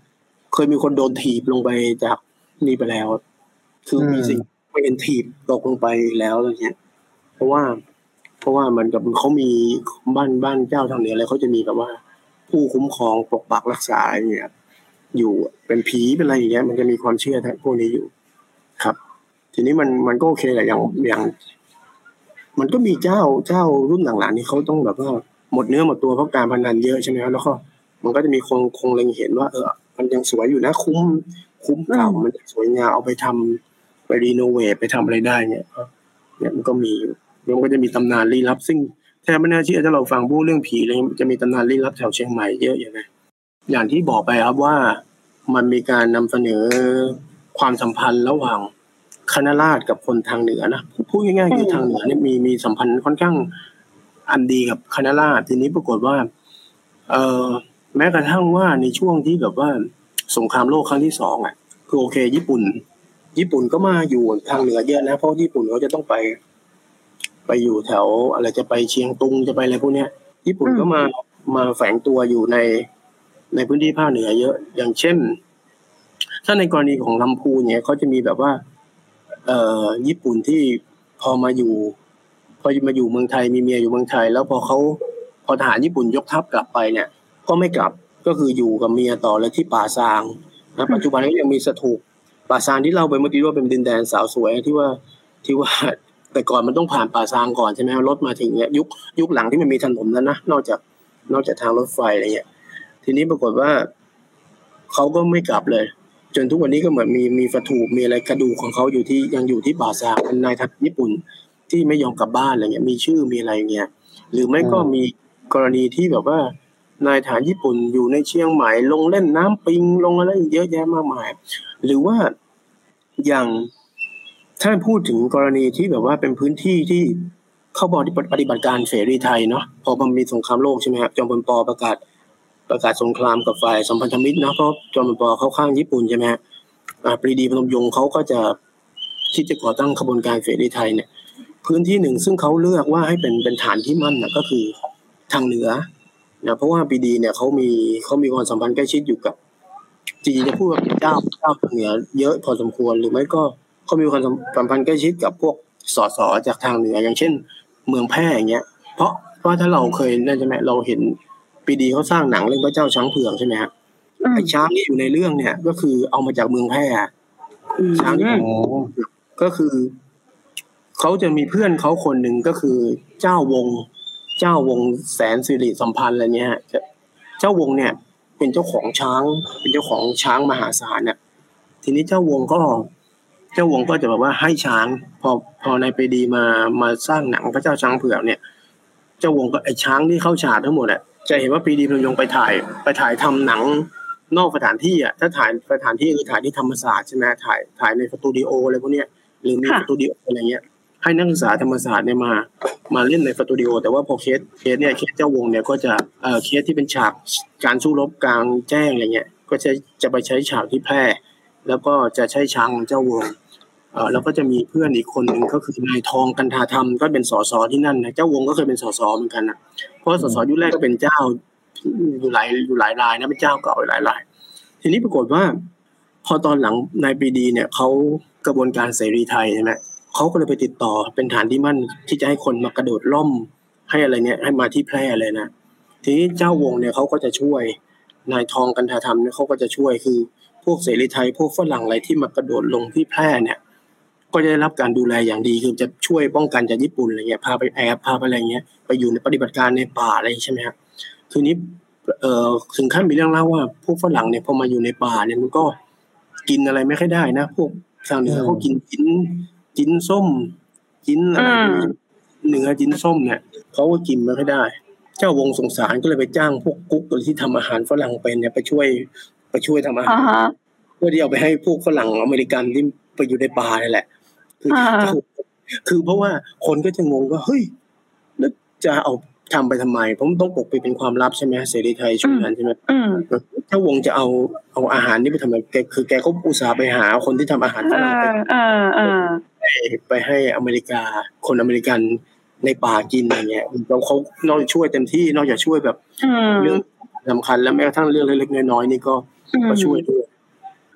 เคยมีคนโดนถีบลงไปจากนี่ไปแล้วคือมีสิ่งเป็นถีบตกลงไปแล้วอะไรเงี้ยเพราะว่าเพราะว่ามันกับเขามีบ้านบ้านเจ้าทางเหนืออะไรเขาจะมีแบบว่าผู้คุ้มครองปกปักรักษาอะไรเงี้ยอยู่เป็นผีเป็นอะไรอย่างเงี้ยมันจะมีความเชื่อพวกนี้อยู่ครับทีนี้มันมันก็โอเคแหละอย่างอย่างมันก็มีเจ้าเจ้ารุ่นหลังๆนี่เขาต้องแบบว่าหมดเนื้อหมดตัวเพราะการพนันเยอะใช่ไหมครับแล้วก็มันก็จะมีคงคงเล็งเห็นว่าเออมันยังสวยอยู่นะคุ้มคุ้มเก่ามันสวยงามเอาไปทำไปรีโนเวทไปทำอะไรได้เนี่ยเนี่ยมันก็มีมันก็จะมีตำนานลี้ลับซึ่งแทบไม่น่าเชื่อถ้าเราฟังพูดเรื่องผีเลยจะมีตำนานลี้ลับแถวเชียงใหม่เยอะอย่างไรอย่างที่บอกไปครับว่ามันมีการนำเสนอความสัมพันธ์ระหว่างคณราษฎรกับคนทางเหนือนะพูดง่ายๆคือทางเหนือเนี่ยมีมีสัมพันธ์ค่อนข้างอันดีกับคณราษฎรทีนี้ปรากฏว่าเอ่อแม้กระทั่งว่าในช่วงที่แบบว่าสงครามโลกครั้งที่สองอ่ะคือโอเคญี่ปุ่นญี่ปุ่นก็มาอยู่ทางเหนือเยอะนะเพราะญี่ปุ่นเขาจะต้องไปไปอยู่แถวอะไรจะไปเชียงตุงจะไปอะไรพวกเนี้ยญี่ปุ่นก็มามาแฝงตัวอยู่ในในพื้นที่ภาคเหนือเยอะอย่างเช่นถ้าในกรณีของลำพูนเนี่ยเขาจะมีแบบว่าเอ่อญี่ปุ่นที่พอมาอยู่พอมาอยู่เมืองไทยมีเมียอยู่เมืองไทยแล้วพอเขาพอทหารญี่ปุ่นยกทัพกลับไปเนี่ยก็ไม่กลับก็คืออยู่กับเมียต่อเลยที่ป่าซางนะปัจจุบันก็ยังมีสถูปป่าซางที่เราไปเมื่อกี้ว่าเป็นดินแดนสาวสวยที่ว่าที่ว่าแต่ก่อนมันต้องผ่านป่าซางก่อนใช่ไหมรถมาถึงเนี่ยยุคยุคหลังที่มันมีถนนแล้วนะนอกจากนอกจากทางรถไฟอะไรเงี้ยทีนี้ปรากฏว่าเขาก็ไม่กลับเลยจนทุกวันนี้ก็เหมือนมีมีสถูปมีอะไรกระดูกของเขาอยู่ที่ยังอยู่ที่ป่าซางเป็นนายทัพญี่ปุ่นที่ไม่ยอมกลับบ้านอะไรเงี้ยมีชื่อมีอะไรเงี้ยหรือไม่ก็มีกรณีที่แบบว่านายทหารญี่ปุ่นอยู่ในเชียงใหม่ลงเล่นน้ำปิงลงอะไรเยอะแยะมากมายหรือว่าอย่างถ้าพูดถึงกรณีที่แบบว่าเป็นพื้นที่ที่เข้าบอที่ปฏิบัติการเสรีไทยเนาะพอมันมีสงครามโลกใช่ไหมครับจอมพลป.ประกาศประกาศสงครามกับฝ่ายสัมพันธมิตรนะเพราะจอมพลป.เข้าข้างญี่ปุ่นใช่ไหมฮะปรีดีพนมยงค์เขาก็จะที่จะก่อตั้งขบวนการเสรีไทยเนี่ยพื้นที่หนึ่งซึ่งเขาเลือกว่าให้เป็นเป็นฐานที่มั่นนะก็คือทางเหนือนะเพราะว่าปรีดีเนี่ยเขามีเขามีความสัมพันธ์ใกล้ชิดอยู่กับจริงๆจะพูดว่าเป็นเจ้าเจ้าทางเหนือเยอะพอสมควรหรือไม่ก็เขามีความสัมพันธ์ใกล้ชิดกับพวกสสจากทางเหนืออย่างเช่นเมืองแพร่อย่างเงี้ยเพราะเพราะถ้าเราเคยนั่นใช่ไหมเราเห็นปรีดีเขาสร้างหนังเรื่องพระเจ้าช้างเผือกใช่ไหมฮะไอ้ช้างที่อยู่ในเรื่องเนี่ยก็คือเอามาจากเมืองแพร่ช้างที่ก็คือเขาจะมีเพื่อนเขาคนหนึ่งก็คือเจ้าวงเจ้าวงแสนสิริสัมพันธ์อะไรเงี้ยเจ้าวงเนี่ยเป็นเจ้าของช้างเป็นเจ้าของช้างมหาศาลเนี่ยทีนี้เจ้าวงก็เจ้าวงก็จะแบบว่าให้ช้างพอพอในปรีดีมามาสร้างหนังพระเจ้าช้างเผือกเนี่ยเจ้าวงก็ไอ้ช้างที่เข้าฉากทั้งหมดอ่ะจะเห็นว่าปรีดีพนมยงค์ไปถ่ายไปถ่ายทำหนังนอกสถานที่อ่ะถ้าถ่ายสถานที่คือถ่ายที่ธรรมศาสตร์ใช่ไหมถ่ายถ่ายในสตูดิโออะไรพวกเนี้ยหรือมีสตูดิโออะไรเงี้ยให้นักศึกษาธรรมศาสตร์เนี่ยมามาเล่นในสตูดิโอแต่ว่าพอเคสเคสเนี่ยเคสเจ้าวงเนี่ยก็จะเอ่อเคสที่เป็นฉากการสู้รบกลางแจ้งอะไรเงี้ยก็จะจะไปใช้ฉากที่แพร่แล้วก็จะใช้ช้างของเจ้าวงเอ่อแล้วก็จะมีเพื่อนอีกคนนึงก็คือนายทองกันทาธรรมก็เป็นสสที่นั่นนะเจ้าวงก็เคยเป็นสสเหมือนกันนะเพราะสสยุคแรกก็เป็นเจ้าอยู่หลายอยู่หลายรายนะเป็นเจ้าเก่าหลายรายทีนี้ปรากฏว่าพอตอนหลังนายปรีดีเนี่ยเขากระบวนการเสรีไทยใช่ไหมเขาก็เลยไปติดต่อเป็นฐานที่มั่นที่จะให้คนมากระโดดล่มให้อะไรเนี่ยให้มาที่แพร่เลยนะทีนี้เจ้าวงเนี่ยเขาก็จะช่วยนายทองกันทาธรรมเนี่ยเขาก็จะช่วยคือพวกเสรีไทยพวกฝรั่งอะไรที่มากระโดดลงที่แพร่เนี่ยก็จะได้รับการดูแลอย่างดีคือจะช่วยป้องกันจากญี่ปุ่นอะไรเงี้ยพาไปแอบพาไปอะไรเงี้ยไปอยู่ในปฏิบัติการในป่าอะไรใช่ไหมครับทีนี้เอ่อถึงขั้นมีเรื่องเล่าว่าพวกฝรั่งเนี่ยพอมาอยู่ในป่าเนี่ยมันก็กินอะไรไม่ค่อยได้นะพวกทางเหนือเขากินกินจิ้นส้มจิ้นอะไรเนื้อจิ้นส้มเนี่ยเขาก็กินไม่ค่อยได้เจ้าวงสงสารก็เลยไปจ้างพวกกุ๊กที่ทำอาหารฝรั่งเป็นเนี่ยไปช่วยไปช่วยทำอาหารเพื่อที่เอาไปให้พวกฝรั่งอเมริกันที่ไปอยู่ในป่านี่แหละคือคือเพราะว่าคนก็จะงงว่าเฮ้ยแล้วจะเอาทำไปทำไมผมต้องปกปิดเป็นความลับใช่ไหมเสรีไทยช่วงนั้นใช่ไหมถ้าวงจะเอาเอาอาหารนี่ไปทำไมแกคือแกก็อุตส่าห์ไปหาคนที่ทำอาหารฝรั่งไปไปให้อเมริกาคนอเมริกันในป่ากินอะไรเงี้ยเราเขานอกช่วยเต็มที่นอกจากช่วยแบบเรื่องสำคัญแล้วแม้กระทั่งเรื่องเล็กๆน้อยๆนี่ก็มาช่วยด้วย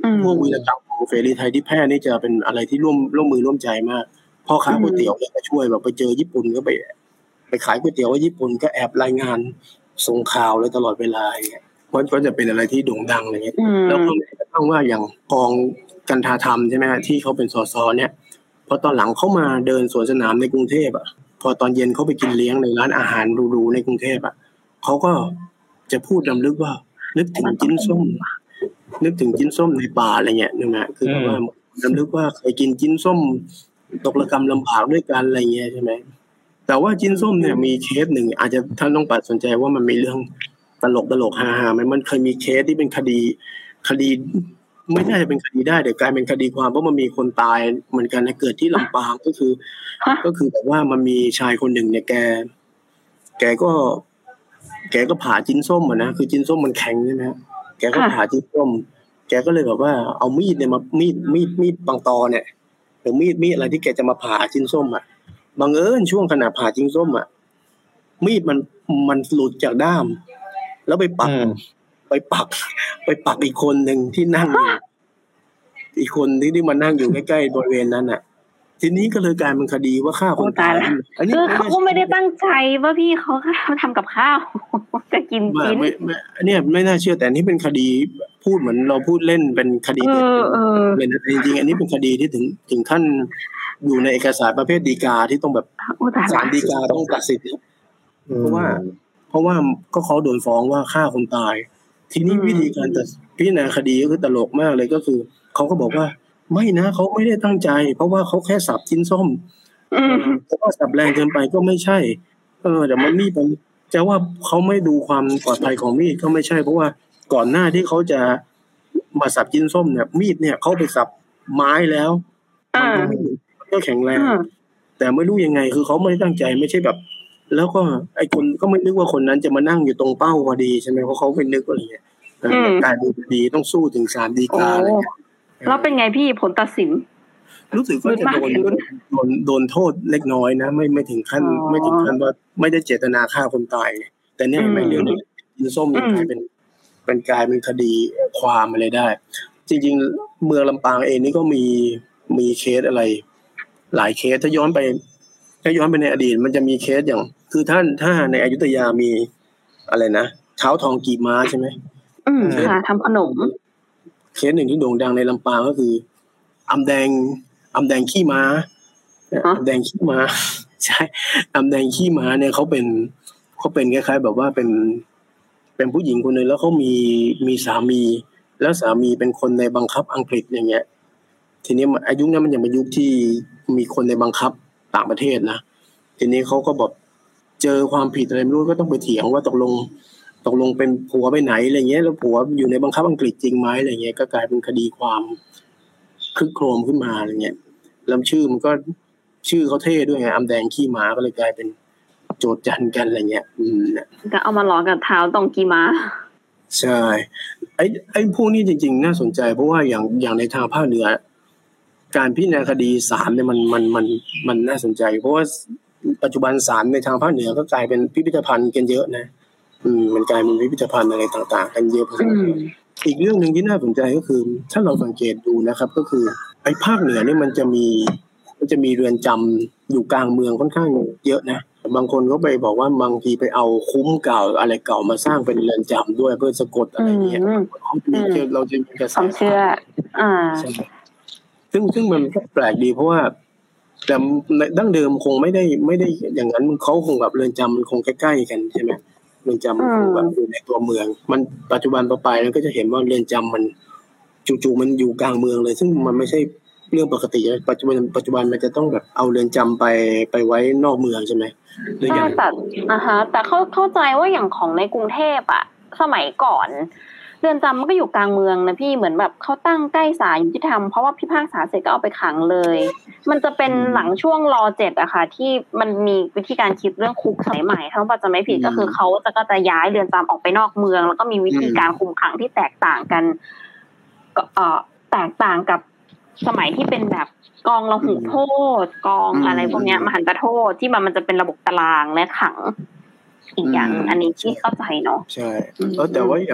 พวกวีรกรรมของเสรีไทยที่แพร่นี่จะเป็นอะไรที่ร่วมร่วมมือร่วมใจมากพ่อค้าก๋วยเตี๋ยวก็ช่วยแบบไปเจอญี่ปุ่นก็ไปไปขายก๋วยเตี๋ยวว่าญี่ปุ่นก็แอบรายงานส่งข่าวเลยตลอดเวลาอย่างเงี้ยมันก็จะเป็นอะไรที่โด่งดังอะไรเงี้ยแล้วก็ไม่ต้องว่าอย่างกองกันทาธรรมใช่ไหมที่เขาเป็นสสเนี่ยพอตอนหลังเขามาเดินสวนสนามในกรุงเทพอ่ะพอตอนเย็นเขาไปกินเลี้ยงในร้านอาหารหรูๆในกรุงเทพอ่ะเขาก็จะพูดรำลึกว่านึกถึงจิ้นส้มนึกถึงจิ้นส้มในป่าอะไรเงี้ยนึกนะคือว่ารำลึกว่าเคยกินจิ้นส้มตกระกำลำบากด้วยกันอะไรเงี้ยใช่ไหมแต่ว่าจิ้นส้มเนี่ยมีเคสหนึ่งอาจจะท่านต้องปัดสนใจว่ามันมีเรื่องตลกตลกฮาๆมันมันเคยมีเคสที่เป็นคดีคดีไม่น่าจะเป็นคดีได้แต่กลายเป็นคดีความเพราะมันมีคนตายเหมือนกันนะเกิดที่ลำปางก็คือก็คือแบบว่ามันมีชายคนหนึ่งเนี่ยแกแกก็แกก็ผ่าจิ้นส้มอ่ะนะคือจิ้นส้มมันแข็งใช่ไหมแกก็ผ่าจิ้นส้มแกก็เลยแบบว่าเอามีดเนี่ยมามีดมีดมีดปังตอเนี่ยหรือมีดมีดอะไรที่แกจะมาผ่าจิ้นส้มอ่ะบังเอิญช่วงขณะผ่าจิ้นส้มอ่ะมีดมันมันหลุดจากด้ามแล้วไปปักไปปักไปปักอีกคนหนึ่งที่นั่งอยู่อีกคนที่ที่มานั่งอยู่ใกล้ๆบริเวณนั้นอ่ะทีนี้ก็เลยกลายเป็นคดีว่าฆ่าคนตายอันนี้เขาก็ไม่ได้ตั้งใจว่าพี่เขาเขาทำกับข้าวจะกินกินเนี่ยไม่น่าเชื่อแต่นี่เป็นคดีพูดเหมือนเราพูดเล่นเป็นคดีเด็ดเลยนะจริงๆอันนี้เป็นคดีที่ถึงถึงขั้นอยู่ในเอกสารประเภทฎีกาที่ต้องแบบศาลฎีกาต้องตัดสินเพราะว่าเพราะว่าก็เขาโดนฟ้องว่าฆ่าคนตายทีนี้วิธีการตัดพิจารณาคดีก็คือตลกมากเลยก็คือเขาก็บอกว่าไม่นะเขาไม่ได้ตั้งใจเพราะว่าเขาแค่สับชิ้นส้มเพราะว่าสับแรงเกินไปก็ไม่ใช่เออแต่มันมีดจะว่าเขาไม่ดูความปลอดภัยของมีดก็ไม่ใช่เพราะว่าก่อนหน้าที่เขาจะมาสับชิ้นส้มเนี่ยมีดเนี่ยเขาไปสับไม้แล้วมันก็ไม่ก็แข็งแรงแต่ไม่รู้ยังไงคือเขาไม่ได้ตั้งใจไม่ใช่แบบแล้วก็ไอ้คนก็ไม่นึกว่าคนนั้นจะมานั่งอยู่ตรงเป้าพอดีใช่ไหมเพราะเขาไม่นึกอะไรเงี้ยกลายเป็นคดีต้องสู้ถึงศาลฎีกาอะไรเงี้ยแล้วเป็นไงพี่ผลตัดสินรู้สึกว่าจะโดนโดนโดนโทษเล็กน้อยนะไม่ไม่ถึงขั้นไม่ถึงขั้นว่าไม่ได้เจตนาฆ่าคนตายแต่เนี่ยไม่เรื่องนี้กินส้มยังกลายเป็นเป็นกลายเป็นคดีความอะไรได้จริงๆเมืองลำปางเองนี่ก็มีมีเคสอะไรหลายเคสถ้าย้อนไปถ้าย้อนไปในอดีตมันจะมีเคสอย่างคือท่านถ้าในอยุธยามีอะไรนะเท้าทองกีบม้าใช่ไหมอืมค่ะทำขนมเคสหนึ่งที่โด่งดังในลำปางก็คืออำแดงอำแดงขี้ม้าอำแดงขี้ม้าใช่อำแดงขี้ม้าเนี่ยเขาเป็นเขาเป็นคล้ายๆแบบว่าเป็นเป็นผู้หญิงคนนึงแล้วเขามีมีสามีแล้วสามีเป็นคนในบังคับอังกฤษอย่างเงี้ยทีนี้อายุนั้นมันยังเป็นยุคที่มีคนในบังคับต่างประเทศนะทีนี้เขาก็แบบเจอความผิดอะไรไม่รู้ก็ต้องไปเถียงว่าตกลงตกลงเป็นผัวไปไหนอะไรเงี้ยแล้วผัวอยู่ในบังคับอังกฤษจริงไหมอะไรเงี้ยก็กลายเป็นคดีความคึกโครมขึ้นมาอะไรเงี้ยลำชื่อมันก็ชื่อเขาเท่ด้วยไงอำแดงขี้ม้าก็เลยกลายเป็นโจทย์จันกันอะไรเงี้ยอืมก็เอามาล้อกับเท้าตรงกีม้าใช่ไอ้ไอ้พวกนี้จริงๆน่าสนใจเพราะว่าอย่างอย่างในทางภาคเหนือการพิจารณาคดีศาลเนี่ยมันมันมันมันน่าสนใจเพราะว่าปัจจุบันศาลในทางภาคเหนือก็กลายเป็นพิพิธภัณฑ์กันเยอะนะอืมมันกลายเป็นพิพิธภัณฑ์อะไรต่างๆกันเยอะพอสมควรอีกเรื่องนึงที่น่าสนใจก็คือถ้าเราสังเกตดูนะครับก็คือไอ้ภาคเหนือนี่มันจะมีมันจะมีเรือนจำอยู่กลางเมืองค่อนข้างเยอะนะบางคนก็ไปบอกว่าบางทีไปเอาคุ้มเก่าอะไรเก่ามาสร้างเป็นเรือนจำด้วยเพื่อสะกดอะไรเงี้ยเราจะมีกระแสความเชื่ออ่าซึ่งซึ่งมันก็แปลกดีเพราะว่าแต่ดั้งเดิมคงไม่ได้ไม่ได้อย่างนั้นเขาคงแบบเรือนจำมันคงใกล้ๆกันใช่ไหมเรือนจำมันคงแบบอยู่ในตัวเมืองมันปัจจุบันต่อไปเราก็จะเห็นว่าเรือนจำมันจู่ๆมันอยู่กลางเมืองเลยซึ่งมันไม่ใช่เรื่องปกติปัจจุบันปัจจุบันมันจะต้องแบบเอาเรือนจำไปไปไว้นอกเมืองใช่ไหมใช่แต่อ่าฮะแต่เข้าเข้าใจว่าอย่างของในกรุงเทพอะสมัยก่อนเรือนจำมันก็อยู่กลางเมืองนะพี่เหมือนแบบเขาตั้งใกล้ศาลยุติธรรมเพราะว่าพิพากษาเสร็จก็เอาไปขังเลยมันจะเป็นหลังช่วงรอเจ็ดอะค่ะที่มันมีวิธีการคิดเรื่องคุกสมัยใหม่ถ้าว่าจะไม่ผิดก็คือเขาจะก็จะย้ายเรือนจำออกไปนอกเมืองแล้วก็มีวิธีการคุมขังที่แตกต่างกันก็เอ่อแตกต่างกับสมัยที่เป็นแบบกองละหุโทษกองอะไรพวกเนี้ยมหันตโทษที่มันมันจะเป็นระบบตารางและขังอีกอย่างอันนี้ที่เข้าใจเนาะใช่แล้วแต่ว่าอย่าง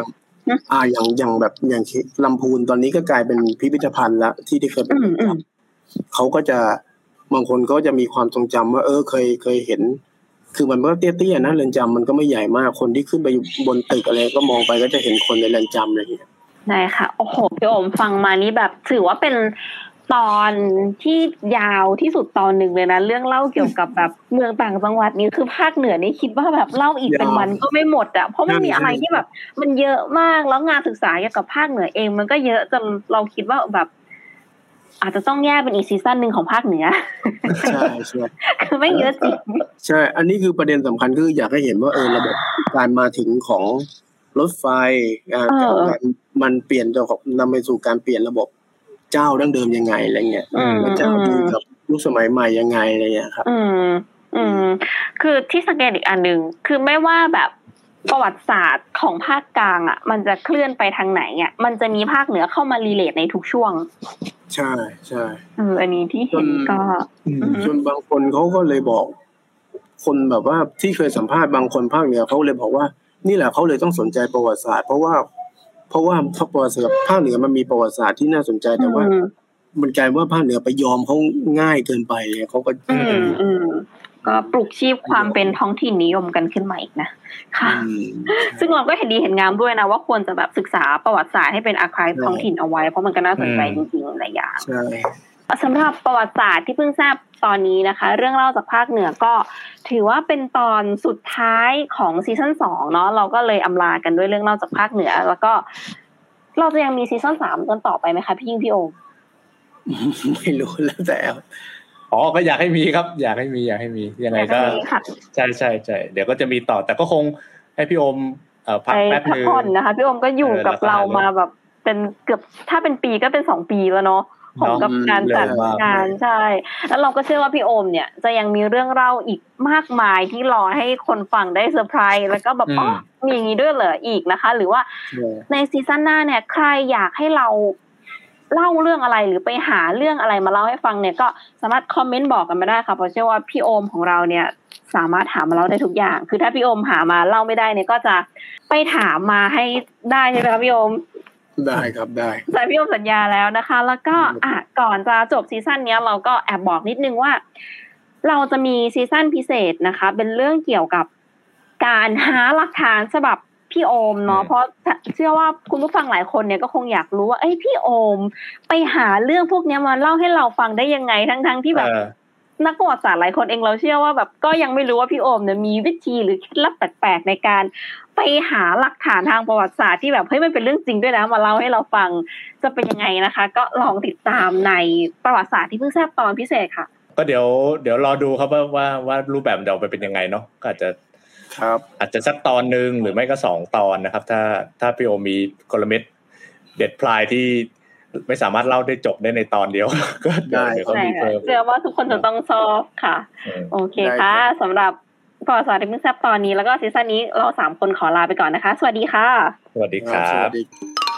อ่าอย่างอย่างแบบอย่างลำพูนตอนนี้ก็กลายเป็นพิพิธภัณฑ์ละที่ที่เคยเป็นประจำเขาก็จะบางคนก็จะมีความทรงจำว่าเออเคยเคยเห็นคือมันก็เตี้ยๆนะเรือนจำมันก็ไม่ใหญ่มากคนที่ขึ้นไปบนตึกอะไรก็มองไปก็จะเห็นคนในเรือนจำอะไรอย่างเงี้ยได้ค่ะโอ้โหพี่โอมฟังมานี้แบบถือว่าเป็นตอนที่ยาวที่สุดตอนหนึ่งเลยนะเรื่องเล่าเกี่ยวกับแบบเมืองต่างจังหวัดนี้คือภาคเหนือนี่คิดว่าแบบเล่าอีกเป็นวันก็ไม่หมดอ่ะเพราะมันมีอะไรที่แบบมันเยอะมากแล้วงานศึกษาเกี่ยวกับภาคเหนือเองมันก็เยอะจนเราคิดว่าแบบอาจจะต้องแยกเป็นอีกซีซั่นหนึ่งของภาคเหนือใช่ใช่คือไม่เยอะจริงใช่อันนี้คือประเด็นสำคัญคืออยากให้เห็นว่าเออระบบการมาถึงของรถไฟอ่ามันเปลี่ยนจากนำไปสู่การเปลี่ยนระบบเจ้าดั้งเดิมยังไงอะไรเงี้ยแล้วเจ้าดีกับยุคสมัยใหม่ยังไงอะไรเงี้ยครับอืมอืมคือที่สังเกตอีกอันนึงคือไม่ว่าแบบประวัติศาสตร์ของภาคกลางอ่ะมันจะเคลื่อนไปทางไหนอ่ะมันจะมีภาคเหนือเข้ามารีเลทในทุกช่วงใช่ใช่เอออันนี้ที่เห็นก็จนบางคนเขาก็เลยบอกคนแบบว่าที่เคยสัมภาษณ์บางคนภาคเหนือเขาเลยบอกว่านี่แหละเขาเลยต้องสนใจประวัติศาสตร์เพราะว่าเพราะว่าประวัติศาสตร์ภาคเหนือมันมีประวัติศาสตร์ที่น่าสนใจแต่ว่ามันกลายว่าภาคเหนือไปยอมเขาง่ายเกินไปเขาก็อืมอืมก็ปลุกชีพความเป็นท้องถิ่นนิยมกันขึ้นมาอีกนะค่ะซึ่งเราก็เห็นดีเห็นงามด้วยนะว่าควรจะแบบศึกษาประวัติศาสตร์ให้เป็นอาร์ไคฟ์ท้องถิ่นเอาไว้เพราะมันก็น่าสนใจจริงๆหลายอย่างใช่สำหรับประวัติศาสตร์ที่เพิ่งทราบตอนนี้นะคะเรื่องเล่าจากภาคเหนือก็ถือว่าเป็นตอนสุดท้ายของซีซั่นสองเนาะเราก็เลยอำลากันด้วยเรื่องเล่าจากภาคเหนือแล้วก็เราจะยังมีซีซั่นสามกันต่อไปไหมคะพี่ยิ่งพี่โอมไม่รู้แล้วแต่อ๋อก็อยากให้มีครับอยากให้มีอยากให้มียังไงก็ใช่ใช่ใช่เดี๋ยวก็จะมีต่อแต่ก็คงให้พี่โอมเอ่อพักแป๊บนึงนะคะพี่โอมก็อยู่กับเรามาแบบเป็นเกือบถ้าเป็นปีก็เป็นสองปีแล้วเนาะของกับการจัดงานใช่แล้วเราก็เชื่อว่าพี่โอมเนี่ยจะยังมีเรื่องเล่าอีกมากมายที่รอให้คนฟังได้เซอร์ไพรส์แล้วก็แบบอ๋อมีอย่างนี้ด้วยเหรออีกนะคะหรือว่าในซีซั่นหน้าเนี่ยใครอยากให้เราเล่าเรื่องอะไรหรือไปหาเรื่องอะไรมาเล่าให้ฟังเนี่ยก็สามารถคอมเมนต์บอกกันมาได้ค่ะเพราะเชื่อว่าพี่โอมของเราเนี่ยสามารถหามาเล่าได้ทุกอย่างคือถ้าพี่โอมหามาเล่าไม่ได้เนี่ยก็จะไปถามมาให้ได้ใช่ไหมคะพี่โอมได้ครับได้แต่พี่โอมสัญญาแล้วนะคะแล้วก็อ่ะก่อนจะจบซีซั่นนี้เราก็แอบบอกนิดนึงว่าเราจะมีซีซั่นพิเศษนะคะเป็นเรื่องเกี่ยวกับการหาหลักฐานฉบับพี่โอมเนาะเพราะเชื่อว่าคุณผู้ฟังหลายคนเนี่ยก็คงอยากรู้ว่าเอ้ยพี่โอมไปหาเรื่องพวกนี้มาเล่าให้เราฟังได้ยังไงทั้งๆที่แบบนักประวัติศาสตร์หลายคนเองเราเชื่อว่าแบบก็ยังไม่รู้ว่าพี่โอมเนี่ยมีวิธีหรือเคล็ดลับแปลกๆในการไปหาหลักฐานทางประวัติศาสตร์ที่แบบเฮ้ยมันเป็นเรื่องจริงด้วยนะมาเล่าให้เราฟังจะเป็นยังไงนะคะก็ลองติดตามในประวัติศาสตร์ที่เพิ่งทราบตอนพิเศษค่ะก็เดี๋ยวเดี๋ยวรอดูครับว่าว่าว่ารูปแบบเดี๋ยวไปเป็นยังไงเนาะก็อาจจะครับอาจจะสักตอนนึงหรือไม่ก็สองตอนนะครับถ้าถ้าพี่โอมีกลเม็ดเด็ดพลายที่ไม่สามารถเล่าได้จบได้ในตอนเดียวก็ได้เดี๋ยวก็มีเพิ่มเชื่อว่าทุกคนจะต้องชอบค่ะโอเคค่ะสำหรับประวัติศาสตร์ที่เพิ่งทราบตอนนี้แล้วก็ซีซั่นนี้เราสามคนขอลาไปก่อนนะคะสวัสดีค่ะสวัสดีครับ